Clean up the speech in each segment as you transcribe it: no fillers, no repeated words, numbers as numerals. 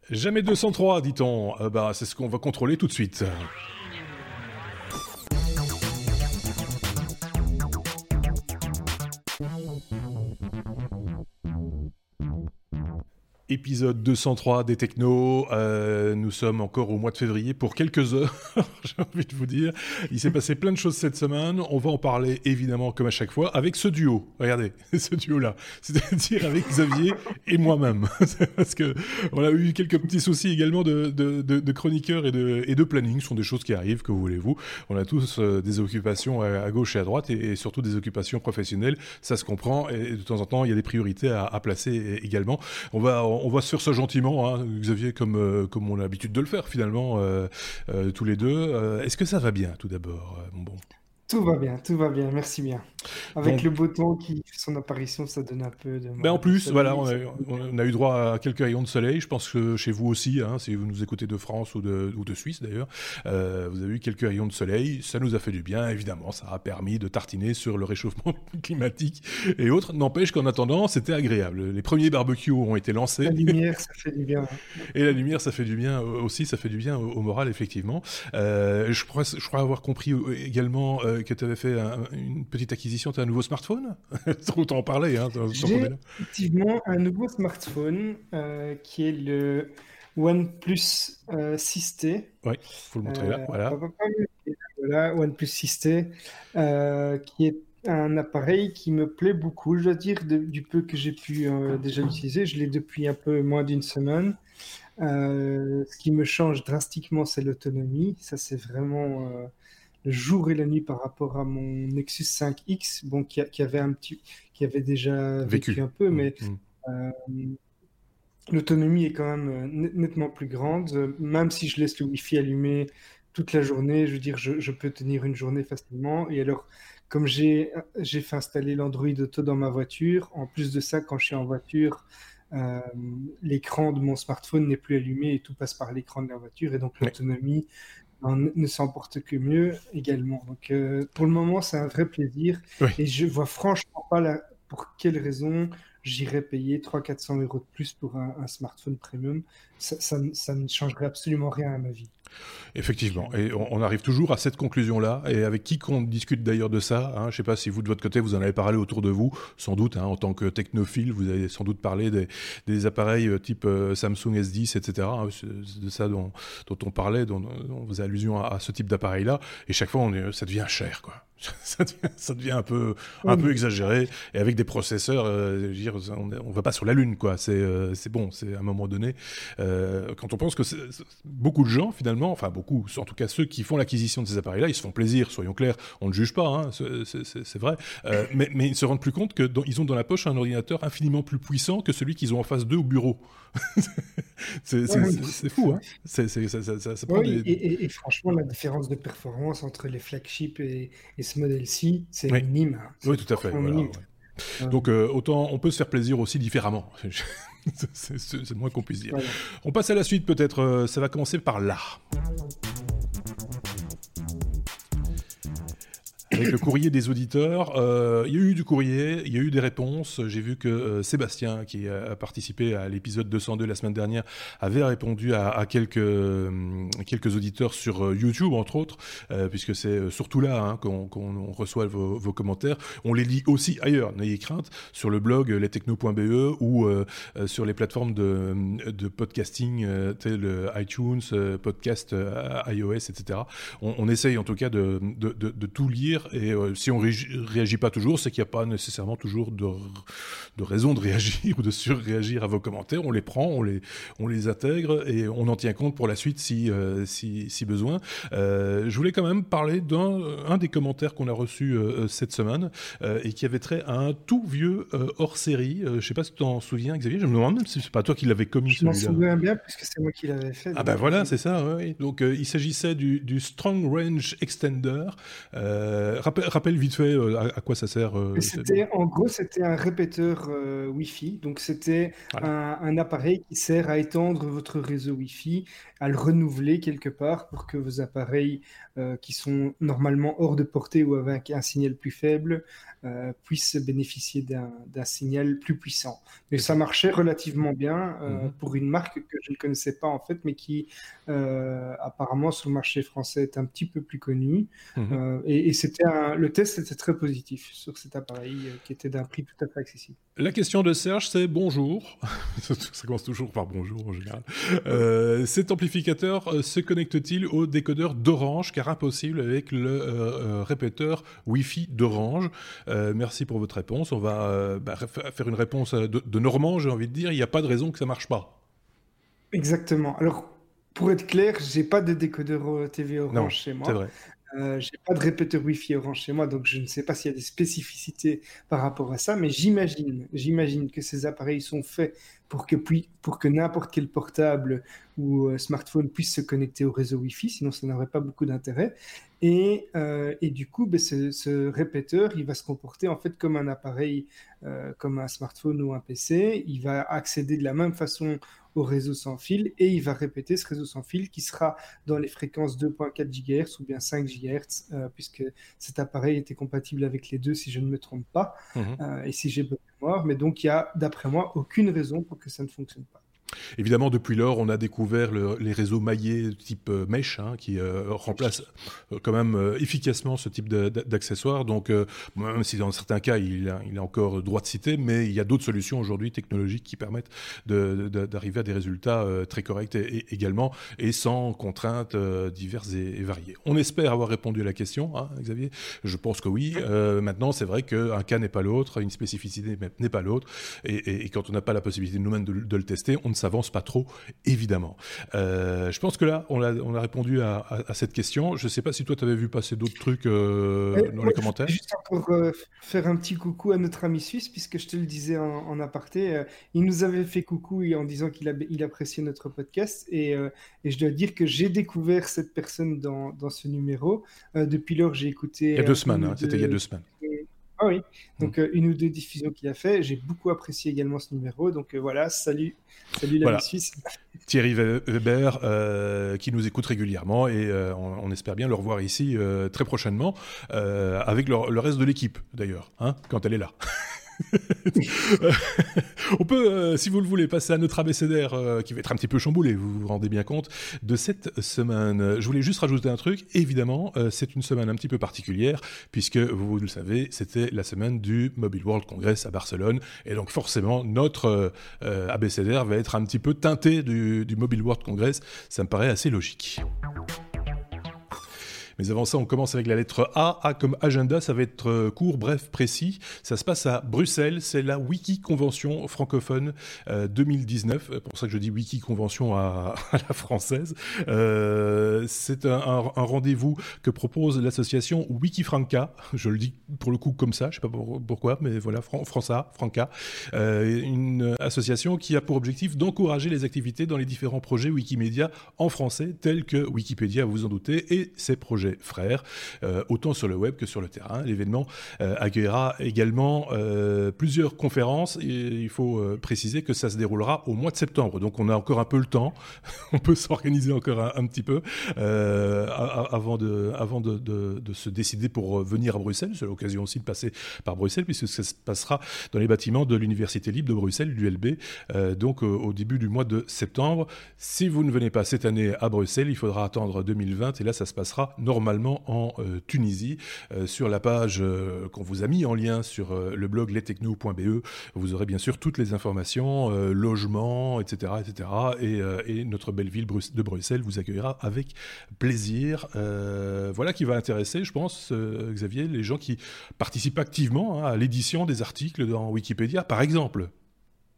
Jamais 203, dit-on. C'est ce qu'on va contrôler tout de suite. Épisode 203 des Technos, nous sommes encore au mois de février pour quelques heures, j'ai envie de vous dire. Il s'est passé plein de choses cette semaine, on va en parler évidemment comme à chaque fois, avec ce duo, regardez, ce duo-là, c'est-à-dire avec Xavier et moi-même, parce que on a eu quelques petits soucis également de chroniqueurs et de planning, ce sont des choses qui arrivent, que voulez-vous, on a tous des occupations à gauche et à droite, et surtout des occupations professionnelles, ça se comprend, et de temps en temps il y a des priorités à placer également. On va se faire ça gentiment, hein, Xavier, comme on a l'habitude de le faire finalement, tous les deux. Est-ce que ça va bien, tout d'abord, mon bon ? Tout va bien, merci bien. Avec le beau temps qui fait son apparition, ça donne un peu de... En plus, soleil, voilà, on a eu droit à quelques rayons de soleil. Je pense que chez vous aussi, hein, si vous nous écoutez de France ou de Suisse d'ailleurs, vous avez eu quelques rayons de soleil. Ça nous a fait du bien, évidemment. Ça a permis de tartiner sur le réchauffement climatique et autres. N'empêche qu'en attendant, c'était agréable. Les premiers barbecues ont été lancés. La lumière, ça fait du bien. Et la lumière, ça fait du bien aussi. Ça fait du bien au moral, effectivement. Je crois avoir compris également que tu avais fait une petite acquisition. Tu as un nouveau smartphone ? Autant en parler. Hein, j'ai effectivement un nouveau smartphone qui est le OnePlus 6T. Oui, il faut le montrer là. Voilà, OnePlus 6T, qui est un appareil qui me plaît beaucoup. Je dois dire, du peu que j'ai pu déjà l'utiliser, je l'ai depuis un peu moins d'une semaine. Ce qui me change drastiquement, c'est l'autonomie. Ça, c'est vraiment... le jour et la nuit par rapport à mon Nexus 5X, bon, qui avait déjà vécu un peu, mais l'autonomie est quand même nettement plus grande. Même si je laisse le Wi-Fi allumé toute la journée, je veux dire, je peux tenir une journée facilement. Et alors, comme j'ai fait installer l'Android Auto dans ma voiture, en plus de ça, quand je suis en voiture, l'écran de mon smartphone n'est plus allumé et tout passe par l'écran de la voiture. Et donc, l'autonomie ne s'emporte que mieux également. Donc, pour le moment, c'est un vrai plaisir. Oui. Et je vois franchement pas pour quelle raison j'irais payer 300-400 € de plus pour un smartphone premium. Ça ne changerait absolument rien à ma vie. Effectivement, et on arrive toujours à cette conclusion-là, et avec qui qu'on discute d'ailleurs de ça, hein, je ne sais pas si vous de votre côté vous en avez parlé autour de vous, sans doute, hein, en tant que technophile, vous avez sans doute parlé des appareils type Samsung S10, etc., hein, c'est de ça dont on parlait, dont on faisait allusion à ce type d'appareil-là, et chaque fois ça devient cher, quoi. Ça devient un peu exagéré, et avec des processeurs, je veux dire, on va pas sur la lune, quoi. C'est bon, c'est à un moment donné, quand on pense que beaucoup de gens finalement, enfin beaucoup, en tout cas ceux qui font l'acquisition de ces appareils-là, ils se font plaisir, soyons clairs, on ne juge pas, hein, c'est vrai, mais ils se rendent plus compte qu'ils ont dans la poche un ordinateur infiniment plus puissant que celui qu'ils ont en face d'eux au bureau. c'est fou, hein. Ça prend et franchement, la différence de performance entre les flagships et ce modèle-ci, c'est minime. Oui, tout à fait. Voilà, ouais. Donc autant on peut se faire plaisir aussi différemment. C'est le moins qu'on puisse dire. Voilà. On passe à la suite peut-être. Ça va commencer par là. Avec le courrier des auditeurs, il y a eu du courrier, il y a eu des réponses. J'ai vu que Sébastien, qui a participé à l'épisode 202 la semaine dernière, avait répondu à quelques auditeurs sur YouTube, entre autres, puisque c'est surtout là, hein, qu'on reçoit vos commentaires. On les lit aussi ailleurs, n'ayez crainte, sur le blog lestechno.be ou sur les plateformes de podcasting, tel iTunes, podcast iOS, etc. On essaye en tout cas de tout lire. Et si on réagit pas toujours, c'est qu'il n'y a pas nécessairement toujours de raison de réagir ou de surréagir à vos commentaires. On les prend, on les intègre et on en tient compte pour la suite si besoin. Je voulais quand même parler d'un des commentaires qu'on a reçu cette semaine et qui avait trait à un tout vieux hors-série. Je sais pas si tu t'en souviens, Xavier. Je me demande même si c'est pas toi qui l'avais commis, celui-là. Je m'en souviens bien puisque c'est moi qui l'avais fait. Ah ben voilà, c'est ça. Oui. Donc il s'agissait du Strong Range Extender. Rappelle vite fait à quoi ça sert. En gros, c'était un répéteur Wi-Fi. Donc, c'était un appareil qui sert à étendre votre réseau Wi-Fi, à le renouveler quelque part pour que vos appareils qui sont normalement hors de portée ou avec un signal plus faible puissent bénéficier d'un signal plus puissant. Mais ça marchait relativement bien pour une marque que je ne connaissais pas en fait, mais qui apparemment sur le marché français est un petit peu plus connue. Et le test était très positif sur cet appareil qui était d'un prix tout à fait accessible. La question de Serge, c'est bonjour. Ça commence toujours par bonjour en général. Cet amplificateur se connecte-t-il au décodeur d'Orange, car impossible avec le répéteur Wi-Fi d'Orange? Merci pour votre réponse. On va faire une réponse de Normand, j'ai envie de dire. Il n'y a pas de raison que ça ne marche pas. Exactement. Alors, pour être clair, j'ai pas de décodeur TV Orange chez moi. C'est vrai. J'ai pas de répéteur Wi-Fi Orange chez moi, donc je ne sais pas s'il y a des spécificités par rapport à ça, mais j'imagine que ces appareils sont faits pour que n'importe quel portable ou smartphone puisse se connecter au réseau Wi-Fi, sinon ça n'aurait pas beaucoup d'intérêt. Et du coup, ce répéteur, il va se comporter en fait comme un appareil, comme un smartphone ou un PC. Il va accéder de la même façon au réseau sans fil et il va répéter ce réseau sans fil qui sera dans les fréquences 2.4 GHz ou bien 5 GHz, puisque cet appareil était compatible avec les deux si je ne me trompe pas, et si j'ai bonne mémoire. Mais donc, il n'y a, d'après moi, aucune raison pour que ça ne fonctionne pas. Évidemment, depuis lors, on a découvert les réseaux maillés type mesh qui remplacent quand même efficacement ce type d'accessoires. Donc, même si dans certains cas, il est encore droit de citer, mais il y a d'autres solutions aujourd'hui technologiques qui permettent d'arriver à des résultats très corrects également et sans contraintes diverses et variées. On espère avoir répondu à la question, hein, Xavier. Je pense que oui. Maintenant, c'est vrai qu'un cas n'est pas l'autre, une spécificité n'est pas l'autre. Et quand on n'a pas la possibilité nous-mêmes de le tester, on ne s'avance pas trop, évidemment. Je pense que là, on a répondu à cette question. Je ne sais pas si toi, tu avais vu passer d'autres trucs dans les commentaires. Je vais juste encore faire un petit coucou à notre ami suisse, puisque je te le disais en aparté. Il nous avait fait coucou en disant qu'il appréciait notre podcast. Et je dois dire que j'ai découvert cette personne dans ce numéro. Depuis lors, j'ai écouté... Il y a 2 semaines, c'était il y a 2 semaines. Ah oui, donc une ou deux diffusions qu'il a fait. J'ai beaucoup apprécié également ce numéro. Donc voilà, salut l'ami suisse. Thierry Weber, qui nous écoute régulièrement et on espère bien le revoir ici très prochainement, avec le reste de l'équipe d'ailleurs, hein, quand elle est là. On peut, si vous le voulez, passer à notre abécédaire qui va être un petit peu chamboulé, vous vous rendez bien compte, de cette semaine. Je voulais juste rajouter un truc, évidemment, c'est une semaine un petit peu particulière, puisque vous le savez, c'était la semaine du Mobile World Congress à Barcelone, et donc forcément, notre abécédaire va être un petit peu teinté du Mobile World Congress, ça me paraît assez logique. Mais avant ça, on commence avec la lettre A. A comme agenda, ça va être court, bref, précis. Ça se passe à Bruxelles, c'est la Wiki Convention francophone 2019. C'est pour ça que je dis Wiki Convention à la française. C'est un rendez-vous que propose l'association Wikifranca. Je le dis pour le coup comme ça, je ne sais pas pourquoi, mais voilà, Franca. Une association qui a pour objectif d'encourager les activités dans les différents projets Wikimédia en français, tels que Wikipédia, vous en doutez, et ses projets frères, autant sur le web que sur le terrain. L'événement accueillera également plusieurs conférences et il faut préciser que ça se déroulera au mois de septembre, donc on a encore un peu le temps, on peut s'organiser encore un petit peu avant de se décider pour venir à Bruxelles. C'est l'occasion aussi de passer par Bruxelles puisque ça se passera dans les bâtiments de l'Université libre de Bruxelles, l'ULB, donc au début du mois de septembre. Si vous ne venez pas cette année à Bruxelles, il faudra attendre 2020 et là ça se passera normalement en Tunisie. Sur la page qu'on vous a mis en lien sur le blog lestechno.be, vous aurez bien sûr toutes les informations, logements, etc. Et notre belle ville de Bruxelles vous accueillera avec plaisir. Voilà qui va intéresser, je pense, Xavier, les gens qui participent activement à l'édition des articles dans Wikipédia, par exemple.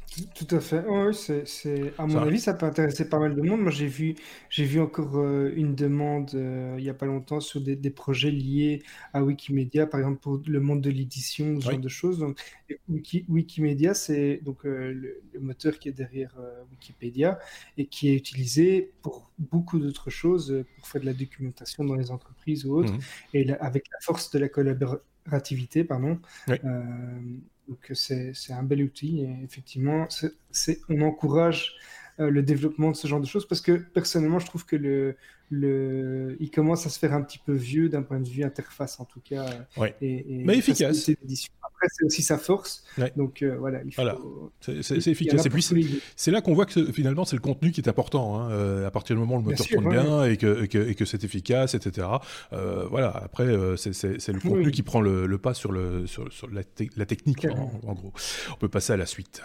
Tout à fait. Ouais, à mon Ça, avis, ça peut intéresser pas mal de monde. Moi, j'ai vu encore une demande il y a pas longtemps sur des projets liés à Wikimedia, par exemple pour le monde de l'édition, ce genre oui. de choses. Donc, Wikimedia, c'est donc le moteur qui est derrière Wikipédia et qui est utilisé pour beaucoup d'autres choses, pour faire de la documentation dans les entreprises ou autres. Mhm. Et avec la force de la collaborativité, pardon. Oui. euh, donc c'est un bel outil et effectivement, on encourage le développement de ce genre de choses parce que personnellement, je trouve que il commence à se faire un petit peu vieux d'un point de vue interface en tout cas Ouais. Mais et efficace. facilité d'édition. Après, c'est aussi sa force. Ouais. Donc voilà, Voilà. C'est il y en efficace. a Et pour puis, tous les goûts. c'est là qu'on voit que finalement, c'est le contenu qui est important. Hein. À partir du moment où le Bien moteur sûr, tourne ouais, ouais. bien et que c'est efficace, etc. Voilà. Après, c'est le contenu Oui, qui prend le pas sur, sur la technique, carrément. en gros. On peut passer à la suite.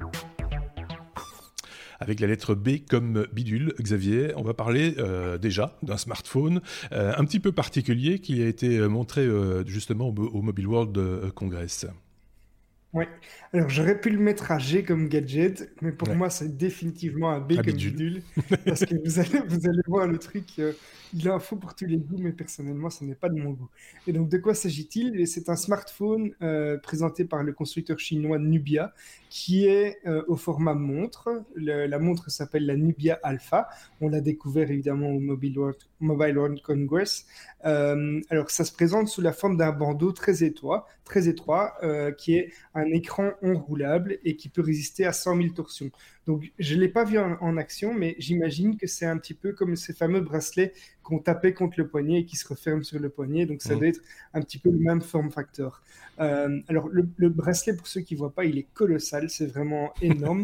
Avec la lettre B comme bidule, Xavier, on va parler déjà d'un smartphone un petit peu particulier qui a été montré justement au Mobile World Congress. Ouais. Alors, j'aurais pu le mettre à G comme gadget, mais pour Ouais. moi, c'est définitivement un B Un comme bidule. bidule, parce que vous allez voir le truc, il en faut pour tous les goûts, mais personnellement, ce n'est pas de mon goût. Et donc, de quoi s'agit-il? Et c'est un smartphone présenté par le constructeur chinois Nubia, qui est au format montre. La montre s'appelle la Nubia Alpha. On l'a découvert évidemment au Mobile World Congress. Alors, ça se présente sous la forme d'un bandeau très étroit, qui est un écran enroulable et qui peut résister à 100 000 torsions. Donc, je ne l'ai pas vu en action, mais j'imagine que c'est un petit peu comme ces fameux bracelets qu'on tapait contre le poignet et qui se referment sur le poignet. Donc, ça Mmh. doit être un petit peu le même form factor. Alors, le bracelet, pour ceux qui ne voient pas, il est colossal. C'est vraiment énorme.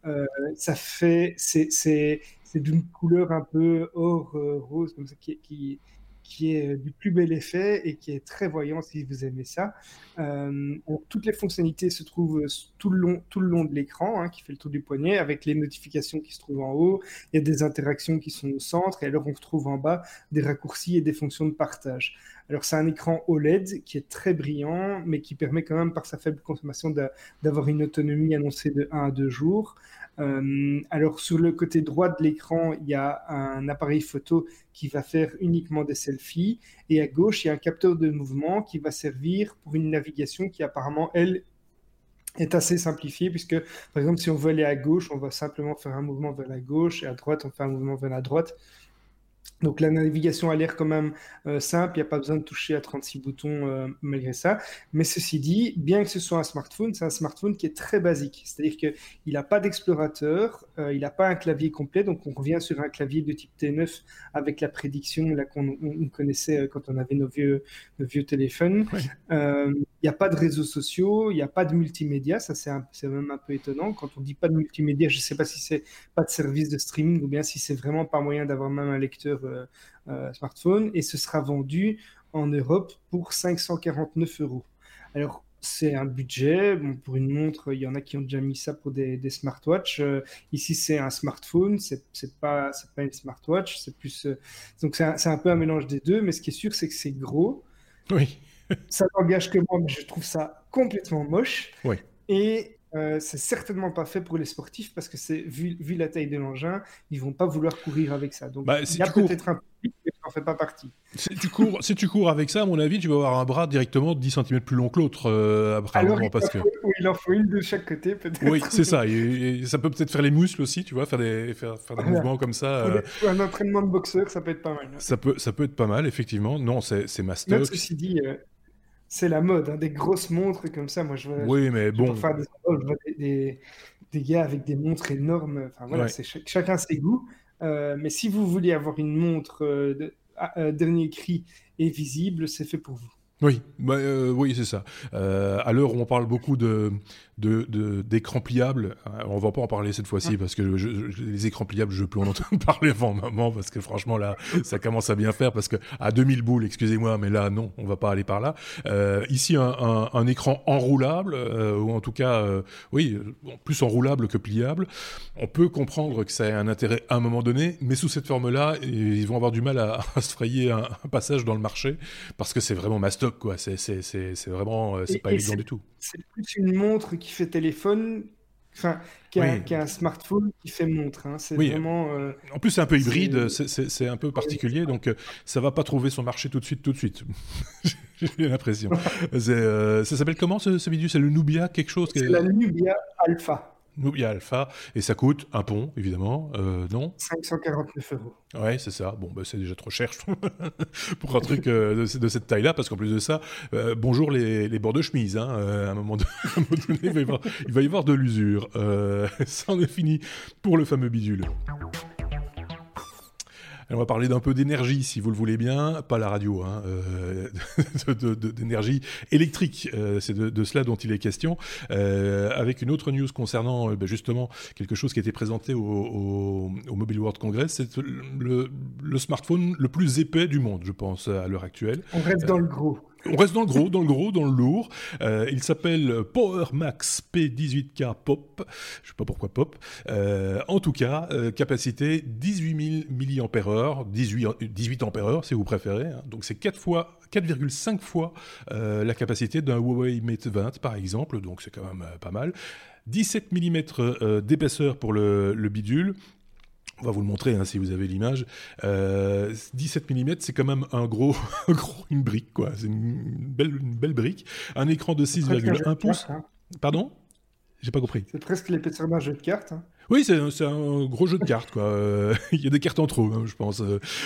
Ça fait, c'est d'une couleur un peu or rose, comme ça, qui est du plus bel effet et qui est très voyant si vous aimez ça. Toutes les fonctionnalités se trouvent tout le long de l'écran, hein, qui fait le tour du poignet, avec les notifications qui se trouvent en haut. Il y a des interactions qui sont au centre, et alors on retrouve en bas des raccourcis et des fonctions de partage. Alors c'est un écran OLED qui est très brillant, mais qui permet quand même, par sa faible consommation, d'avoir une autonomie annoncée de 1 à 2 jours. Alors sur le côté droit de l'écran, il y a un appareil photo qui va faire uniquement des selfies. Et à gauche, il y a un capteur de mouvement qui va servir pour une navigation qui apparemment, elle, est assez simplifiée, puisque, par exemple, si on veut aller à gauche, on va simplement faire un mouvement vers la gauche, et à droite, on fait un mouvement vers la droite. Donc la navigation a l'air quand même simple, il n'y a pas besoin de toucher à 36 boutons malgré ça. Mais ceci dit, bien que ce soit un smartphone, c'est un smartphone qui est très basique. C'est-à-dire qu'il n'a pas d'explorateur, il n'a pas un clavier complet, donc on revient sur un clavier de type T9 avec la prédiction là, qu'on connaissait quand on avait nos vieux téléphones. Ouais. Il n'y a pas de réseaux sociaux, il n'y a pas de multimédia, ça c'est même un peu étonnant. Quand on dit pas de multimédia, je ne sais pas si c'est pas de service de streaming ou bien si c'est vraiment pas moyen d'avoir même un lecteur smartphone, et ce sera vendu en Europe pour 549 €. Alors, c'est un budget. Bon, pour une montre, il y en a qui ont déjà mis ça pour des smartwatches. Ici, c'est un smartphone, c'est pas une smartwatch, c'est plus. Donc, c'est un peu un mélange des deux, mais ce qui est sûr, c'est que c'est gros. Oui. Ça n'engage que moi, mais je trouve ça complètement moche. Oui. Et c'est certainement pas fait pour les sportifs parce que vu la taille de l'engin, ils vont pas vouloir courir avec ça. Donc Bah, il y a peut-être un public, mais ça n'en fait pas partie. si tu cours avec ça, à mon avis, tu vas avoir un bras directement 10 centimètres plus long que l'autre après un Alors moment. Parce que... il en faut une de chaque côté, peut-être. Oui, c'est ça. Et ça peut peut-être faire les muscles aussi, tu vois, faire des Voilà. mouvements comme ça. Pour un entraînement de boxeur, ça peut être pas mal. Ça peut être pas mal, effectivement. Non, c'est ma Même stock. ceci dit, c'est la mode, hein, des grosses montres comme ça. Moi, Oui, mais je vais bon. parfois à des endroits où je vois des gars avec des montres énormes. Enfin voilà, Ouais. c'est chacun ses goûts. Mais si vous voulez avoir une montre dernier cri et visible, c'est fait pour vous. Oui, oui, c'est ça. À l'heure où on parle beaucoup d'écrans pliables, on va pas en parler cette fois-ci parce que les écrans pliables, je peux en entendre parler avant un moment parce que franchement là, ça commence à bien faire parce que à 2000 boules, excusez-moi, mais là non, on va pas aller par là. Ici, un écran enroulable ou en tout cas, oui, plus enroulable que pliable. On peut comprendre que ça ait un intérêt à un moment donné, mais sous cette forme-là, ils vont avoir du mal à se frayer un passage dans le marché parce que c'est vraiment mastoc, quoi. C'est vraiment, c'est pas élégant du tout. C'est plus une montre qui fait téléphone enfin, Oui. qui a un smartphone qui fait montre. Hein. C'est Oui, vraiment. en plus c'est un peu C'est... hybride, c'est un peu particulier, donc ça va pas trouver son marché tout de suite, tout de suite. J'ai l'impression. Ça s'appelle comment ce bidule? C'est le Nubia quelque chose c'est la Nubia Alpha. Nubia Alpha, et ça coûte un pont, évidemment, non? 549 €. Ouais, c'est ça. Bon, bah, c'est déjà trop cher, je trouve, pour un truc de cette taille-là, parce qu'en plus de ça, bonjour les bords de chemise, hein, à un moment donné, il va y avoir de l'usure. Ça en est fini pour le fameux bidule. Alors, on va parler d'un peu d'énergie, si vous le voulez bien, pas la radio, hein, d'énergie électrique. C'est de cela dont il est question, avec une autre news concernant justement quelque chose qui a été présenté au Mobile World Congress. C'est le smartphone le plus épais du monde, je pense, à l'heure actuelle. On reste dans le gros. On reste dans le gros, dans le lourd. Il s'appelle Power Max P18K Pop. Je sais pas pourquoi Pop. En tout cas, capacité 18 000 mAh, 18 ampères si vous préférez. Hein. Donc c'est 4,5 fois la capacité d'un Huawei Mate 20 par exemple. Donc c'est quand même pas mal. 17 mm d'épaisseur pour le bidule. On va vous le montrer hein, si vous avez l'image. 17 mm, c'est quand même une brique, quoi. C'est une belle brique. Un écran de 6,1 pouces. Hein. Pardon ? J'ai pas compris. C'est presque l'épaisseur d'un jeu de cartes. Hein. Oui, c'est un gros jeu de cartes, quoi. Il y a des cartes en trop, hein, je pense.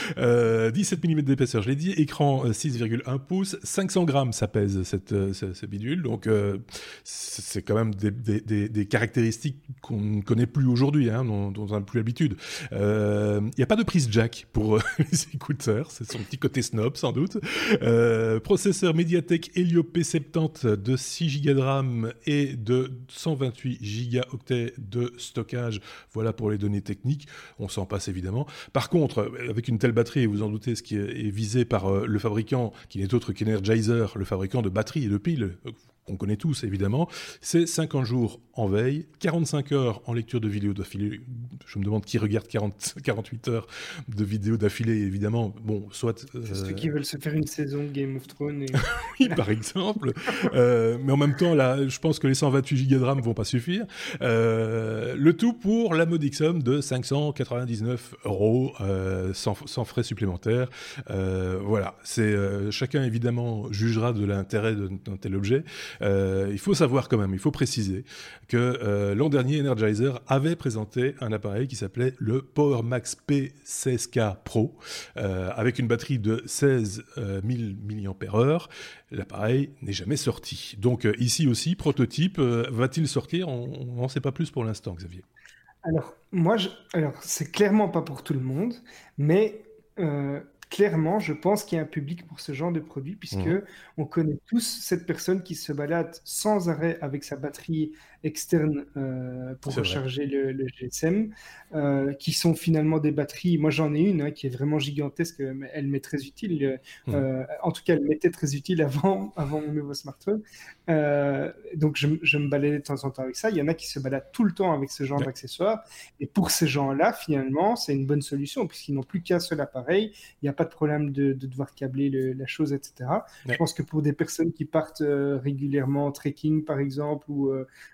17 mm d'épaisseur, je l'ai dit. Écran 6,1 pouces. 500 grammes, ça pèse, ce bidule. Donc, c'est quand même des caractéristiques qu'on ne connaît plus aujourd'hui, hein, dont on n'a plus l'habitude. Il n'y a pas de prise jack pour les écouteurs. C'est son petit côté snob, sans doute. Processeur MediaTek Helio P70 de 6 Go de RAM et de 128 Go de stockage. Voilà pour les données techniques, on s'en passe évidemment. Par contre, avec une telle batterie, vous en doutez, ce qui est visé par le fabricant, qui n'est autre qu'Energizer, le fabricant de batteries et de piles, qu'on connaît tous évidemment, c'est 50 jours en veille, 45 heures en lecture de vidéos d'affilée. Je me demande qui regarde 48 heures de vidéos d'affilée, évidemment. Bon, soit... C'est ceux qui veulent se faire une saison de Game of Thrones. Oui, par exemple. Mais en même temps, là, je pense que les 128 Go de RAM vont pas suffire. Le tout pour la modique somme de 599 €, sans frais supplémentaires. Voilà. Chacun, évidemment, jugera de l'intérêt d'un tel objet. Il faut savoir quand même, il faut préciser que l'an dernier, Energizer avait présenté un appareil qui s'appelait le Power Max P16K Pro, avec une batterie de 16 000 mAh. L'appareil n'est jamais sorti. Donc ici aussi, prototype, va-t-il sortir ? On n'en sait pas plus pour l'instant, Xavier. Alors, c'est clairement pas pour tout le monde, mais clairement, je pense qu'il y a un public pour ce genre de produit, puisque on connaît tous cette personne qui se balade sans arrêt avec sa batterie externe pour recharger le GSM, qui sont finalement des batteries. Moi, j'en ai une qui est vraiment gigantesque, mais elle m'est très utile. En tout cas, elle m'était très utile avant mon nouveau smartphone. Donc, je me baladais de temps en temps avec ça. Il y en a qui se baladent tout le temps avec ce genre d'accessoires. Et pour ces gens-là, finalement, c'est une bonne solution, puisqu'ils n'ont plus qu'un seul appareil. Il n'y a pas de problème de devoir câbler la chose, etc. Je pense que pour des personnes qui partent régulièrement en trekking, par exemple, ou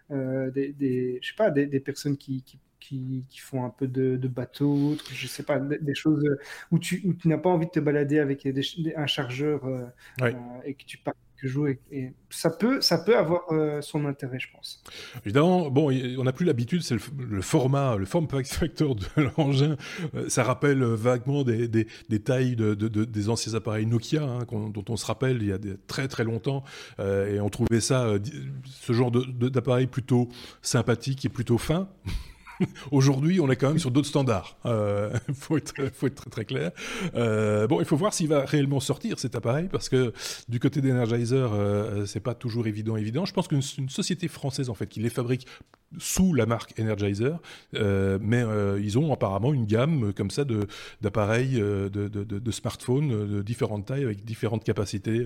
je sais pas, des personnes qui font un peu de bateau, je sais pas, des choses où tu n'as pas envie de te balader avec un chargeur et que tu pars quelques jours, et ça peut avoir son intérêt, je pense. Évidemment, bon, on n'a plus l'habitude, c'est le format, le form factor de l'engin. Ça rappelle vaguement des tailles des anciens appareils Nokia, hein, dont on se rappelle il y a très très longtemps, et on trouvait ça, ce genre d'appareil plutôt sympathique et plutôt fin. Aujourd'hui, on est quand même sur d'autres standards. Faut être très très clair. Bon, il faut voir s'il va réellement sortir cet appareil, parce que du côté d'Energizer, c'est pas toujours évident. Je pense qu'une société française en fait qui les fabrique sous la marque Energizer, mais ils ont apparemment une gamme comme ça d'appareils, de smartphones de différentes tailles avec différentes capacités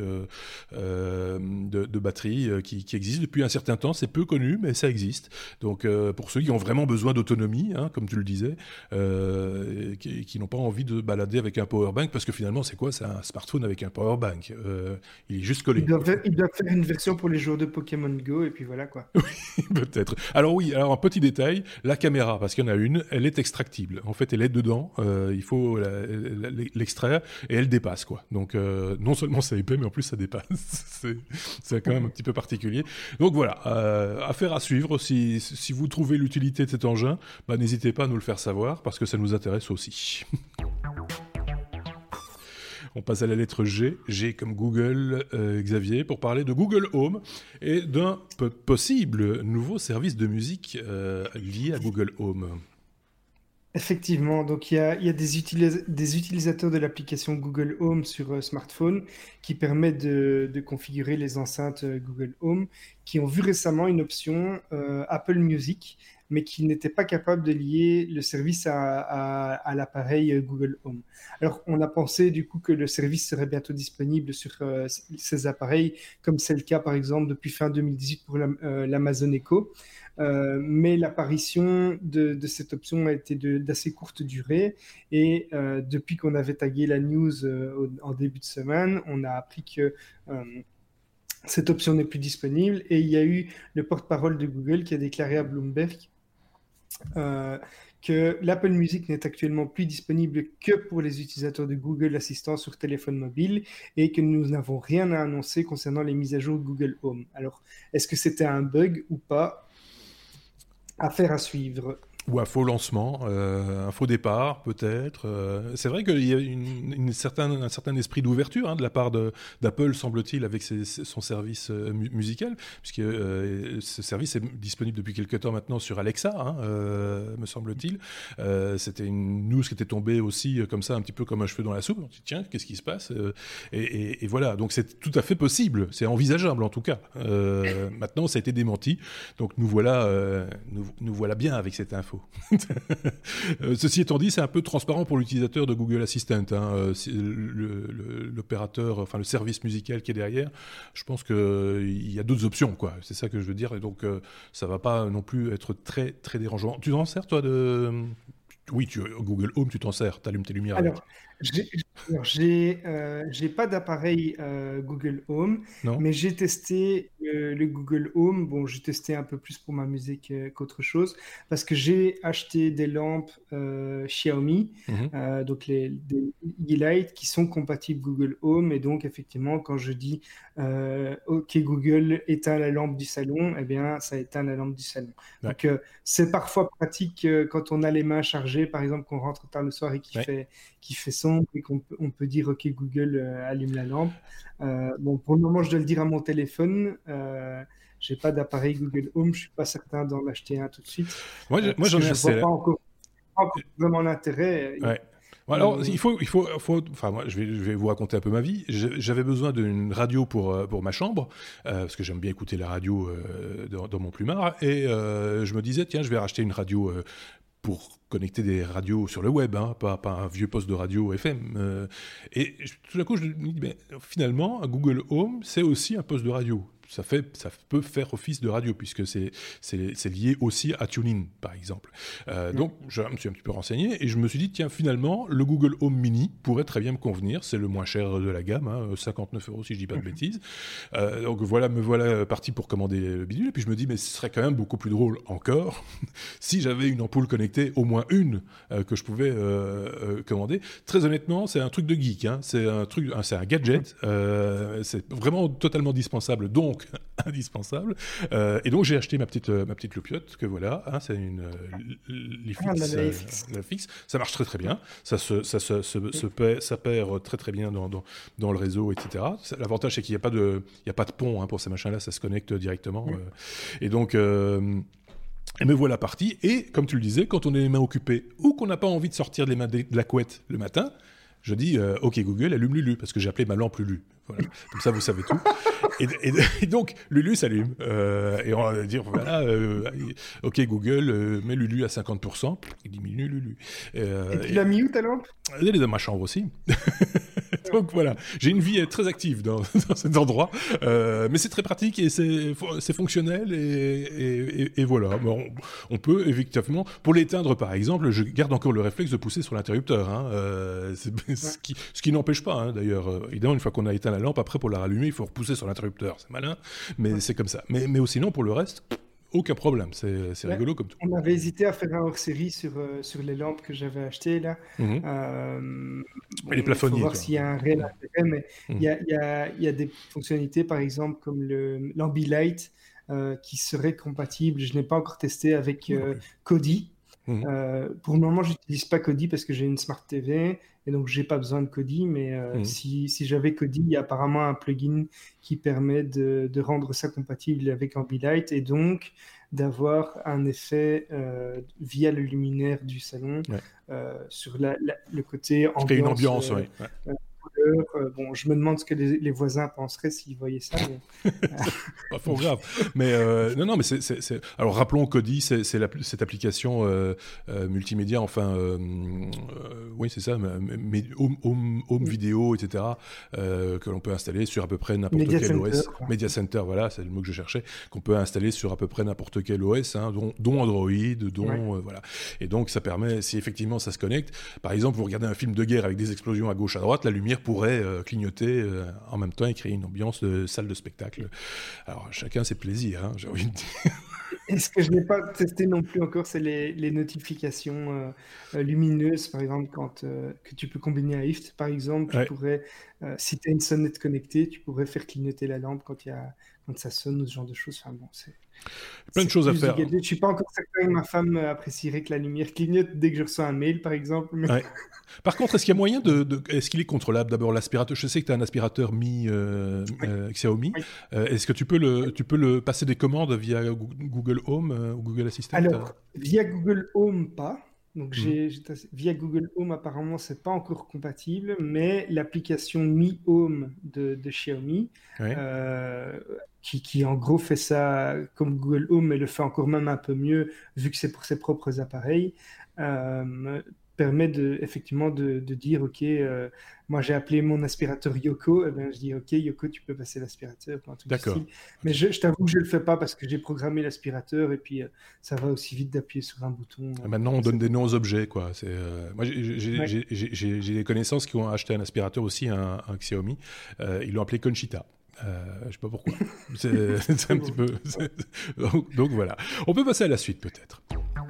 de batterie qui existent depuis un certain temps. C'est peu connu, mais ça existe. Donc pour ceux qui ont vraiment besoin d'autonomie, hein, comme tu le disais, qui n'ont pas envie de balader avec un powerbank, parce que finalement, c'est quoi? C'est un smartphone avec un powerbank. Il est juste collé. Ils doivent faire une version pour les joueurs de Pokémon Go, et puis voilà, quoi. Peut-être. Alors oui, alors un petit détail, la caméra, parce qu'il y en a une, elle est extractible. En fait, elle est dedans, il faut l'extraire, et elle dépasse, quoi. Donc, non seulement c'est épais, mais en plus ça dépasse. c'est quand même un petit peu particulier. Donc voilà, affaire à suivre. Si vous trouvez l'utilité de cet engin, bah, n'hésitez pas à nous le faire savoir, parce que ça nous intéresse aussi. On passe à la lettre G, G comme Google, Xavier, pour parler de Google Home et d'un possible nouveau service de musique lié à Google Home. Effectivement, donc il y a des utilisateurs de l'application Google Home sur smartphone qui permet de configurer les enceintes Google Home, qui ont vu récemment une option Apple Music, mais qui n'était pas capable de lier le service à l'appareil Google Home. Alors, on a pensé du coup que le service serait bientôt disponible sur ces appareils, comme c'est le cas par exemple depuis fin 2018 pour l'Amazon Echo. Mais l'apparition de cette option a été d'assez courte durée et depuis qu'on avait tagué la news en début de semaine, on a appris que cette option n'est plus disponible et il y a eu le porte-parole de Google qui a déclaré à Bloomberg que l'Apple Music n'est actuellement plus disponible que pour les utilisateurs de Google Assistant sur téléphone mobile et que nous n'avons rien à annoncer concernant les mises à jour Google Home. Alors, est-ce que c'était un bug ou pas? Affaire à suivre. Ou un faux lancement, un faux départ peut-être. C'est vrai qu'il y a un certain esprit d'ouverture de la part d'Apple, semble-t-il, avec son service musical, puisque ce service est disponible depuis quelques temps maintenant sur Alexa, me semble-t-il. C'était une news qui était tombée aussi comme ça, un petit peu comme un cheveu dans la soupe. On se dit, tiens, qu'est-ce qui se passe et voilà, donc c'est tout à fait possible, c'est envisageable en tout cas. Maintenant, ça a été démenti, donc nous voilà bien avec cette info. Ceci étant dit, c'est un peu transparent pour l'utilisateur de Google Assistant, l'opérateur, enfin le service musical qui est derrière. Je pense qu'il y a d'autres options, quoi. C'est ça que je veux dire, et donc ça va pas non plus être très très dérangeant. Tu t'en sers toi de Oui, Google Home, tu t'en sers, t'allumes tes lumières avec. J'ai pas d'appareil Google Home, Non. mais j'ai testé le Google Home. Bon, j'ai testé un peu plus pour ma musique qu'autre chose, parce que j'ai acheté des lampes Xiaomi, donc des E-Light qui sont compatibles Google Home, et donc effectivement, quand je dis OK Google, éteins la lampe du salon, eh bien, ça éteint la lampe du salon. Ouais. Donc, c'est parfois pratique quand on a les mains chargées, par exemple, qu'on rentre tard le soir et qui fait sombre et qu'on peut dire OK Google, allume la lampe. Bon, pour le moment, je dois le dire à mon téléphone. J'ai pas d'appareil Google Home, je suis pas certain d'en acheter un tout de suite. Moi j'en ai assez. Je vois pas encore vraiment l'intérêt. Ouais. Alors, enfin, moi, je vais vous raconter un peu ma vie. J'avais besoin d'une radio pour ma chambre, parce que j'aime bien écouter la radio dans mon plumard, et je me disais, tiens, je vais racheter une radio pour connecter des radios sur le web, pas un vieux poste de radio FM. Et tout d'un coup, je me dis, mais finalement, un Google Home, c'est aussi un poste de radio. Ça peut faire office de radio, puisque c'est lié aussi à TuneIn, par exemple. Donc, je me suis un petit peu renseigné, et je me suis dit, tiens, finalement, le Google Home Mini pourrait très bien me convenir. C'est le moins cher de la gamme, 59 € si je dis pas de bêtises. Donc, me voilà parti pour commander le bidule, et puis je me dis, mais ce serait quand même beaucoup plus drôle encore si j'avais une ampoule connectée, au moins une, que je pouvais commander. Très honnêtement, c'est un truc de geek, c'est un gadget, c'est vraiment totalement dispensable, donc indispensable, et donc j'ai acheté ma petite loupiote que voilà, c'est une la fixe. Ça marche très très bien, ça perd très très bien dans le réseau, etc. L'avantage, c'est qu'il n'y a pas de pont pour ces machins là, ça se connecte directement, et donc et me voilà parti. Et comme tu le disais, quand on est les mains occupées ou qu'on n'a pas envie de sortir les mains de la couette le matin, je dis OK Google, allume Lulu, parce que j'ai appelé ma lampe Lulu. Voilà. Comme ça, vous savez tout. Et donc, Lulu s'allume. Et on va dire, voilà, OK, Google, mets Lulu à 50%. Il diminue Lulu. Et tu l'as mis où, ta lampe? Elle est dans ma chambre aussi. Donc voilà, j'ai une vie très active dans cet endroit. Mais c'est très pratique et c'est fonctionnel. Et voilà. Bon, on peut, effectivement, pour l'éteindre, par exemple, je garde encore le réflexe de pousser sur l'interrupteur. Hein. Ce qui n'empêche pas, hein, d'ailleurs. Évidemment, une fois qu'on a éteint la lampe, après, pour la rallumer, il faut repousser sur l'interrupteur. C'est malin, mais c'est comme ça. Mais sinon, pour le reste, aucun problème. C'est rigolo comme tout. On avait hésité à faire un hors-série sur les lampes que j'avais achetées, là. Les plafonniers. Il faut voir s'il y a un réel intérêt, mais il y a des fonctionnalités, par exemple, comme l'Ambilight, qui serait compatible. Je n'ai pas encore testé avec Kodi. Pour le moment, je n'utilise pas Kodi parce que j'ai une Smart TV et donc j'ai pas besoin de Kodi, mais si j'avais Kodi, il y a apparemment un plugin qui permet de rendre ça compatible avec Ambilight et donc d'avoir un effet via le luminaire du salon sur le côté ambiance. Créer une ambiance, oui. Bon, je me demande ce que les voisins penseraient s'ils voyaient ça. Mais... pas fort grave. Mais non, mais c'est... Alors rappelons Kodi, c'est cette application multimédia, enfin, oui, c'est ça, home vidéo, etc., que l'on peut installer sur à peu près n'importe quel OS. Media Center, voilà, c'est le mot que je cherchais, qu'on peut installer sur à peu près n'importe quel OS, hein, dont Android, voilà. Et donc ça permet, si effectivement ça se connecte, par exemple, vous regardez un film de guerre avec des explosions à gauche, à droite, la lumière pourrait clignoter en même temps et créer une ambiance de salle de spectacle. Alors chacun ses plaisirs, hein, j'ai envie de dire. Et ce que je n'ai pas testé non plus encore, c'est les notifications lumineuses, par exemple, que tu peux combiner à IFT, par exemple. Tu pourrais, si tu as une sonnette connectée, tu pourrais faire clignoter la lampe quand ça sonne ou ce genre de choses. Enfin, bon, plein de choses à faire. Je ne suis pas encore certain que ma femme apprécierait que la lumière clignote dès que je reçois un mail, par exemple. Mais... Ouais. Par contre, est-ce qu'il y a moyen est-ce qu'il est contrôlable d'abord l'aspirateur? Je sais que tu as un aspirateur Xiaomi. Oui. Est-ce que tu peux le passer des commandes via Google Home ou Google Assistant? Alors, via Google Home, pas. Donc, via Google Home, apparemment, c'est pas encore compatible, mais l'application Mi Home de Xiaomi, qui en gros fait ça comme Google Home, mais le fait encore même un peu mieux, vu que c'est pour ses propres appareils, permet effectivement de dire, OK, moi j'ai appelé mon aspirateur Yoko, et ben je dis, OK, Yoko, tu peux passer l'aspirateur. D'accord. Mais je t'avoue que je ne le fais pas parce que j'ai programmé l'aspirateur et puis ça va aussi vite d'appuyer sur un bouton. Maintenant, on donne des noms aux objets, quoi. Moi, j'ai des connaissances qui ont acheté un aspirateur aussi, un Xiaomi. Ils l'ont appelé Conchita. Je sais pas pourquoi. C'est un petit peu... Donc voilà. On peut passer à la suite, peut-être.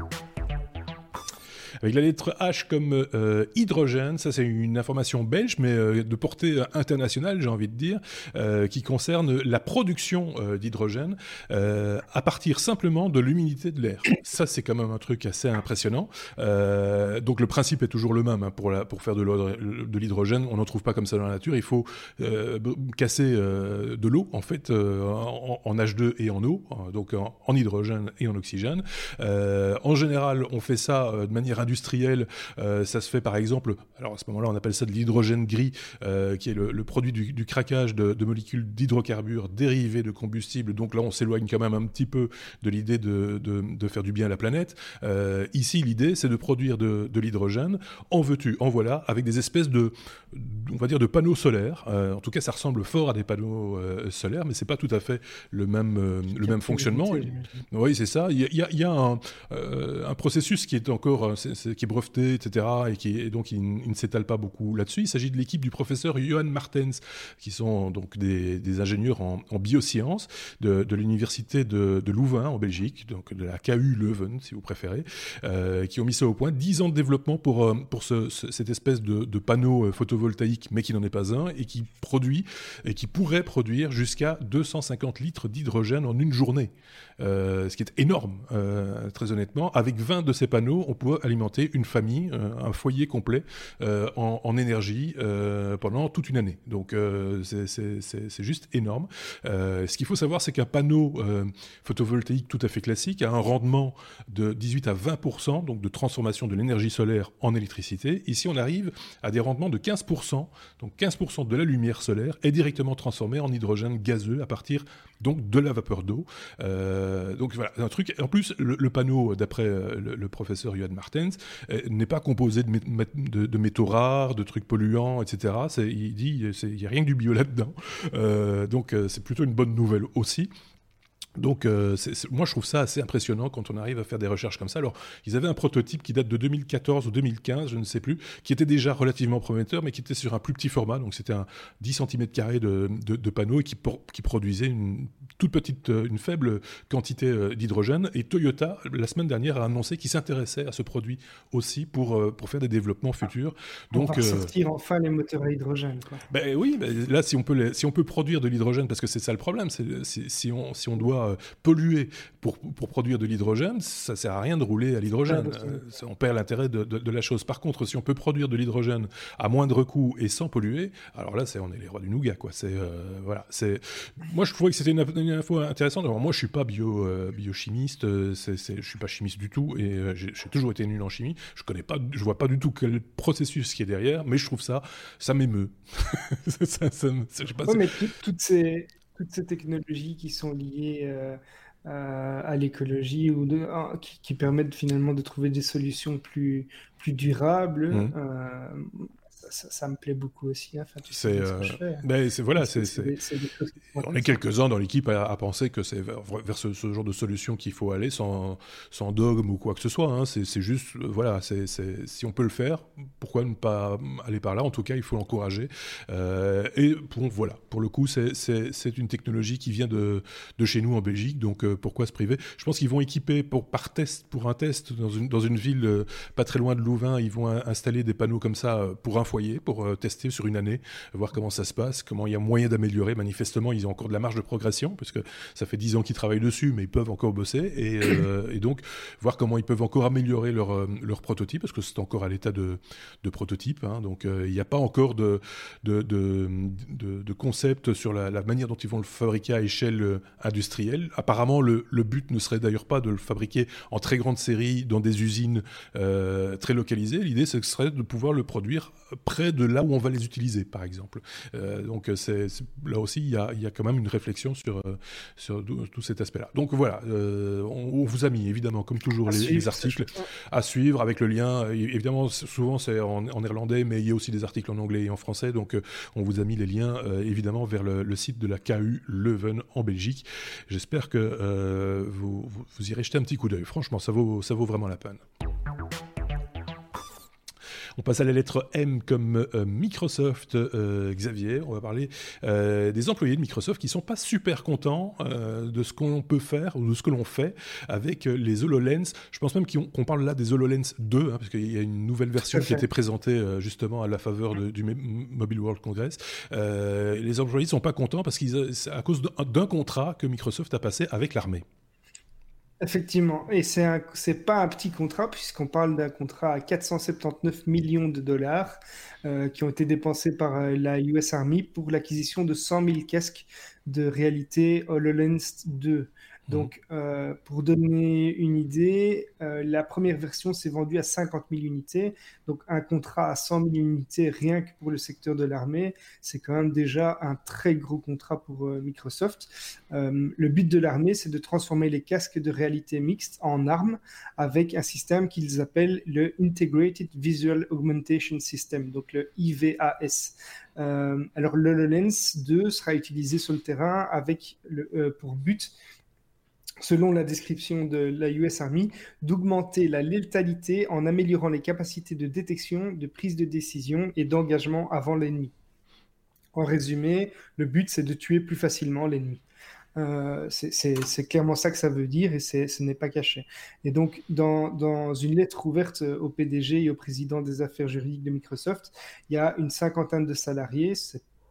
Avec la lettre H comme hydrogène, ça c'est une information belge, mais de portée internationale, j'ai envie de dire, qui concerne la production d'hydrogène à partir simplement de l'humidité de l'air. Ça c'est quand même un truc assez impressionnant. Donc le principe est toujours le même, hein, pour faire de l'hydrogène, on n'en trouve pas comme ça dans la nature, il faut casser de l'eau en fait, en H2 et en eau, donc en hydrogène et en oxygène. En général, on fait ça de manière industriel, ça se fait par exemple, alors à ce moment-là on appelle ça de l'hydrogène gris, qui est le produit du craquage de molécules d'hydrocarbures dérivés de combustibles, donc là on s'éloigne quand même un petit peu de l'idée de faire du bien à la planète. Ici l'idée c'est de produire de l'hydrogène, en veux-tu, en voilà, avec des espèces on va dire de panneaux solaires, en tout cas ça ressemble fort à des panneaux solaires, mais c'est pas tout à fait le même fonctionnement. Oui c'est ça, il y a un processus qui est encore... qui est breveté, etc., et donc il ne s'étale pas beaucoup là-dessus. Il s'agit de l'équipe du professeur Johan Martens, qui sont donc des ingénieurs en biosciences de l'université de Louvain, en Belgique, donc de la KU Leuven, si vous préférez, qui ont mis ça au point. 10 ans de développement pour cette espèce de panneau photovoltaïque, mais qui n'en est pas un, et qui produit, et qui pourrait produire jusqu'à 250 litres d'hydrogène en une journée. Ce qui est énorme, très honnêtement. Avec 20 de ces panneaux, on peut alimenter alimenter une famille, un foyer complet en énergie pendant toute une année. Donc c'est juste énorme. Ce qu'il faut savoir, c'est qu'un panneau photovoltaïque tout à fait classique a un rendement de 18 à 20%, donc de transformation de l'énergie solaire en électricité. Ici, on arrive à des rendements de 15%. Donc 15% de la lumière solaire est directement transformée en hydrogène gazeux à partir donc de la vapeur d'eau. Donc voilà, un truc. En plus, le panneau, d'après le professeur Johan Martens, n'est pas composé de métaux rares, de trucs polluants, etc. Il dit il n'y a rien que du bio là-dedans. Donc c'est plutôt une bonne nouvelle aussi. Donc, moi, je trouve ça assez impressionnant quand on arrive à faire des recherches comme ça. Alors, ils avaient un prototype qui date de 2014 ou 2015, je ne sais plus, qui était déjà relativement prometteur, mais qui était sur un plus petit format. Donc, c'était un 10 cm² de panneau et qui produisait une toute petite, une faible quantité d'hydrogène. Et Toyota, la semaine dernière, a annoncé qu'il s'intéressait à ce produit aussi pour faire des développements futurs. Donc, on va sortir enfin les moteurs à hydrogène, quoi. Ben oui, là, si on peut produire de l'hydrogène, parce que c'est ça le problème, si on doit polluer pour produire de l'hydrogène, ça sert à rien de rouler à l'hydrogène. On perd l'intérêt de la chose. Par contre, si on peut produire de l'hydrogène à moindre coût et sans polluer, alors là, on est les rois du nougat, quoi. Voilà. Moi, je trouvais que c'était une info intéressante. Alors, moi, je suis pas biochimiste, je suis pas chimiste du tout, et j'ai toujours été nul en chimie. Je vois pas du tout quel processus qui est derrière, mais je trouve ça m'émeut. Je sais pas. Mais toutes ces technologies qui sont liées à l'écologie ou qui permettent finalement de trouver des solutions plus durables, ça me plaît beaucoup aussi. Enfin, tu sais ce que je fais. On est quelques-uns dans l'équipe à penser que c'est vers ce genre de solution qu'il faut aller sans dogme ou quoi que ce soit. Hein. C'est juste, voilà, si on peut le faire, pourquoi ne pas aller par là? En tout cas, il faut l'encourager. Et voilà, pour le coup, c'est une technologie qui vient de chez nous en Belgique, donc pourquoi se priver? Je pense qu'ils vont équiper pour un test dans une ville pas très loin de Louvain, ils vont installer des panneaux comme ça pour un foyer, pour tester sur une année, voir comment ça se passe, comment il y a moyen d'améliorer. Manifestement, ils ont encore de la marge de progression, puisque ça fait 10 ans qu'ils travaillent dessus, mais ils peuvent encore bosser, et donc voir comment ils peuvent encore améliorer leur prototype, parce que c'est encore à l'état de prototype, hein. Donc il n'y a pas encore de concept sur la manière dont ils vont le fabriquer à échelle industrielle. Apparemment, le but ne serait d'ailleurs pas de le fabriquer en très grande série dans des usines très localisées. L'idée, ce serait de pouvoir le produire près de là où on va les utiliser, par exemple. Donc là aussi, il y a quand même une réflexion sur tout cet aspect-là. Donc voilà, on vous a mis évidemment, comme toujours, les articles à suivre avec le lien. Évidemment, souvent c'est en néerlandais, mais il y a aussi des articles en anglais et en français. Donc on vous a mis les liens évidemment vers le site de la KU Leuven en Belgique. J'espère que vous irez jeter un petit coup d'œil. Franchement, ça vaut vraiment la peine. On passe à la lettre M comme Microsoft. Xavier, on va parler des employés de Microsoft qui ne sont pas super contents de ce qu'on peut faire ou de ce que l'on fait avec les HoloLens. Je pense même qu'on parle là des HoloLens 2, hein, parce qu'il y a une nouvelle version qui a été présentée justement à la faveur du Mobile World Congress. Les employés ne sont pas contents parce c'est à cause d'un contrat que Microsoft a passé avec l'armée. Effectivement, et c'est pas un petit contrat puisqu'on parle d'un contrat à 479 millions de dollars qui ont été dépensés par la US Army pour l'acquisition de 100 000 casques de réalité HoloLens 2. Donc, pour donner une idée, la première version s'est vendue à 50 000 unités. Donc, un contrat à 100 000 unités, rien que pour le secteur de l'armée, c'est quand même déjà un très gros contrat pour Microsoft. Le but de l'armée, c'est de transformer les casques de réalité mixte en armes avec un système qu'ils appellent le Integrated Visual Augmentation System, donc le IVAS. Alors, le HoloLens 2 sera utilisé sur le terrain avec pour but, selon la description de la US Army, d'augmenter la létalité en améliorant les capacités de détection, de prise de décision et d'engagement avant l'ennemi. En résumé, le but, c'est de tuer plus facilement l'ennemi. C'est clairement ça que ça veut dire et ce n'est pas caché. Et donc, dans une lettre ouverte au PDG et au président des affaires juridiques de Microsoft, il y a une 50aine de salariés, c'est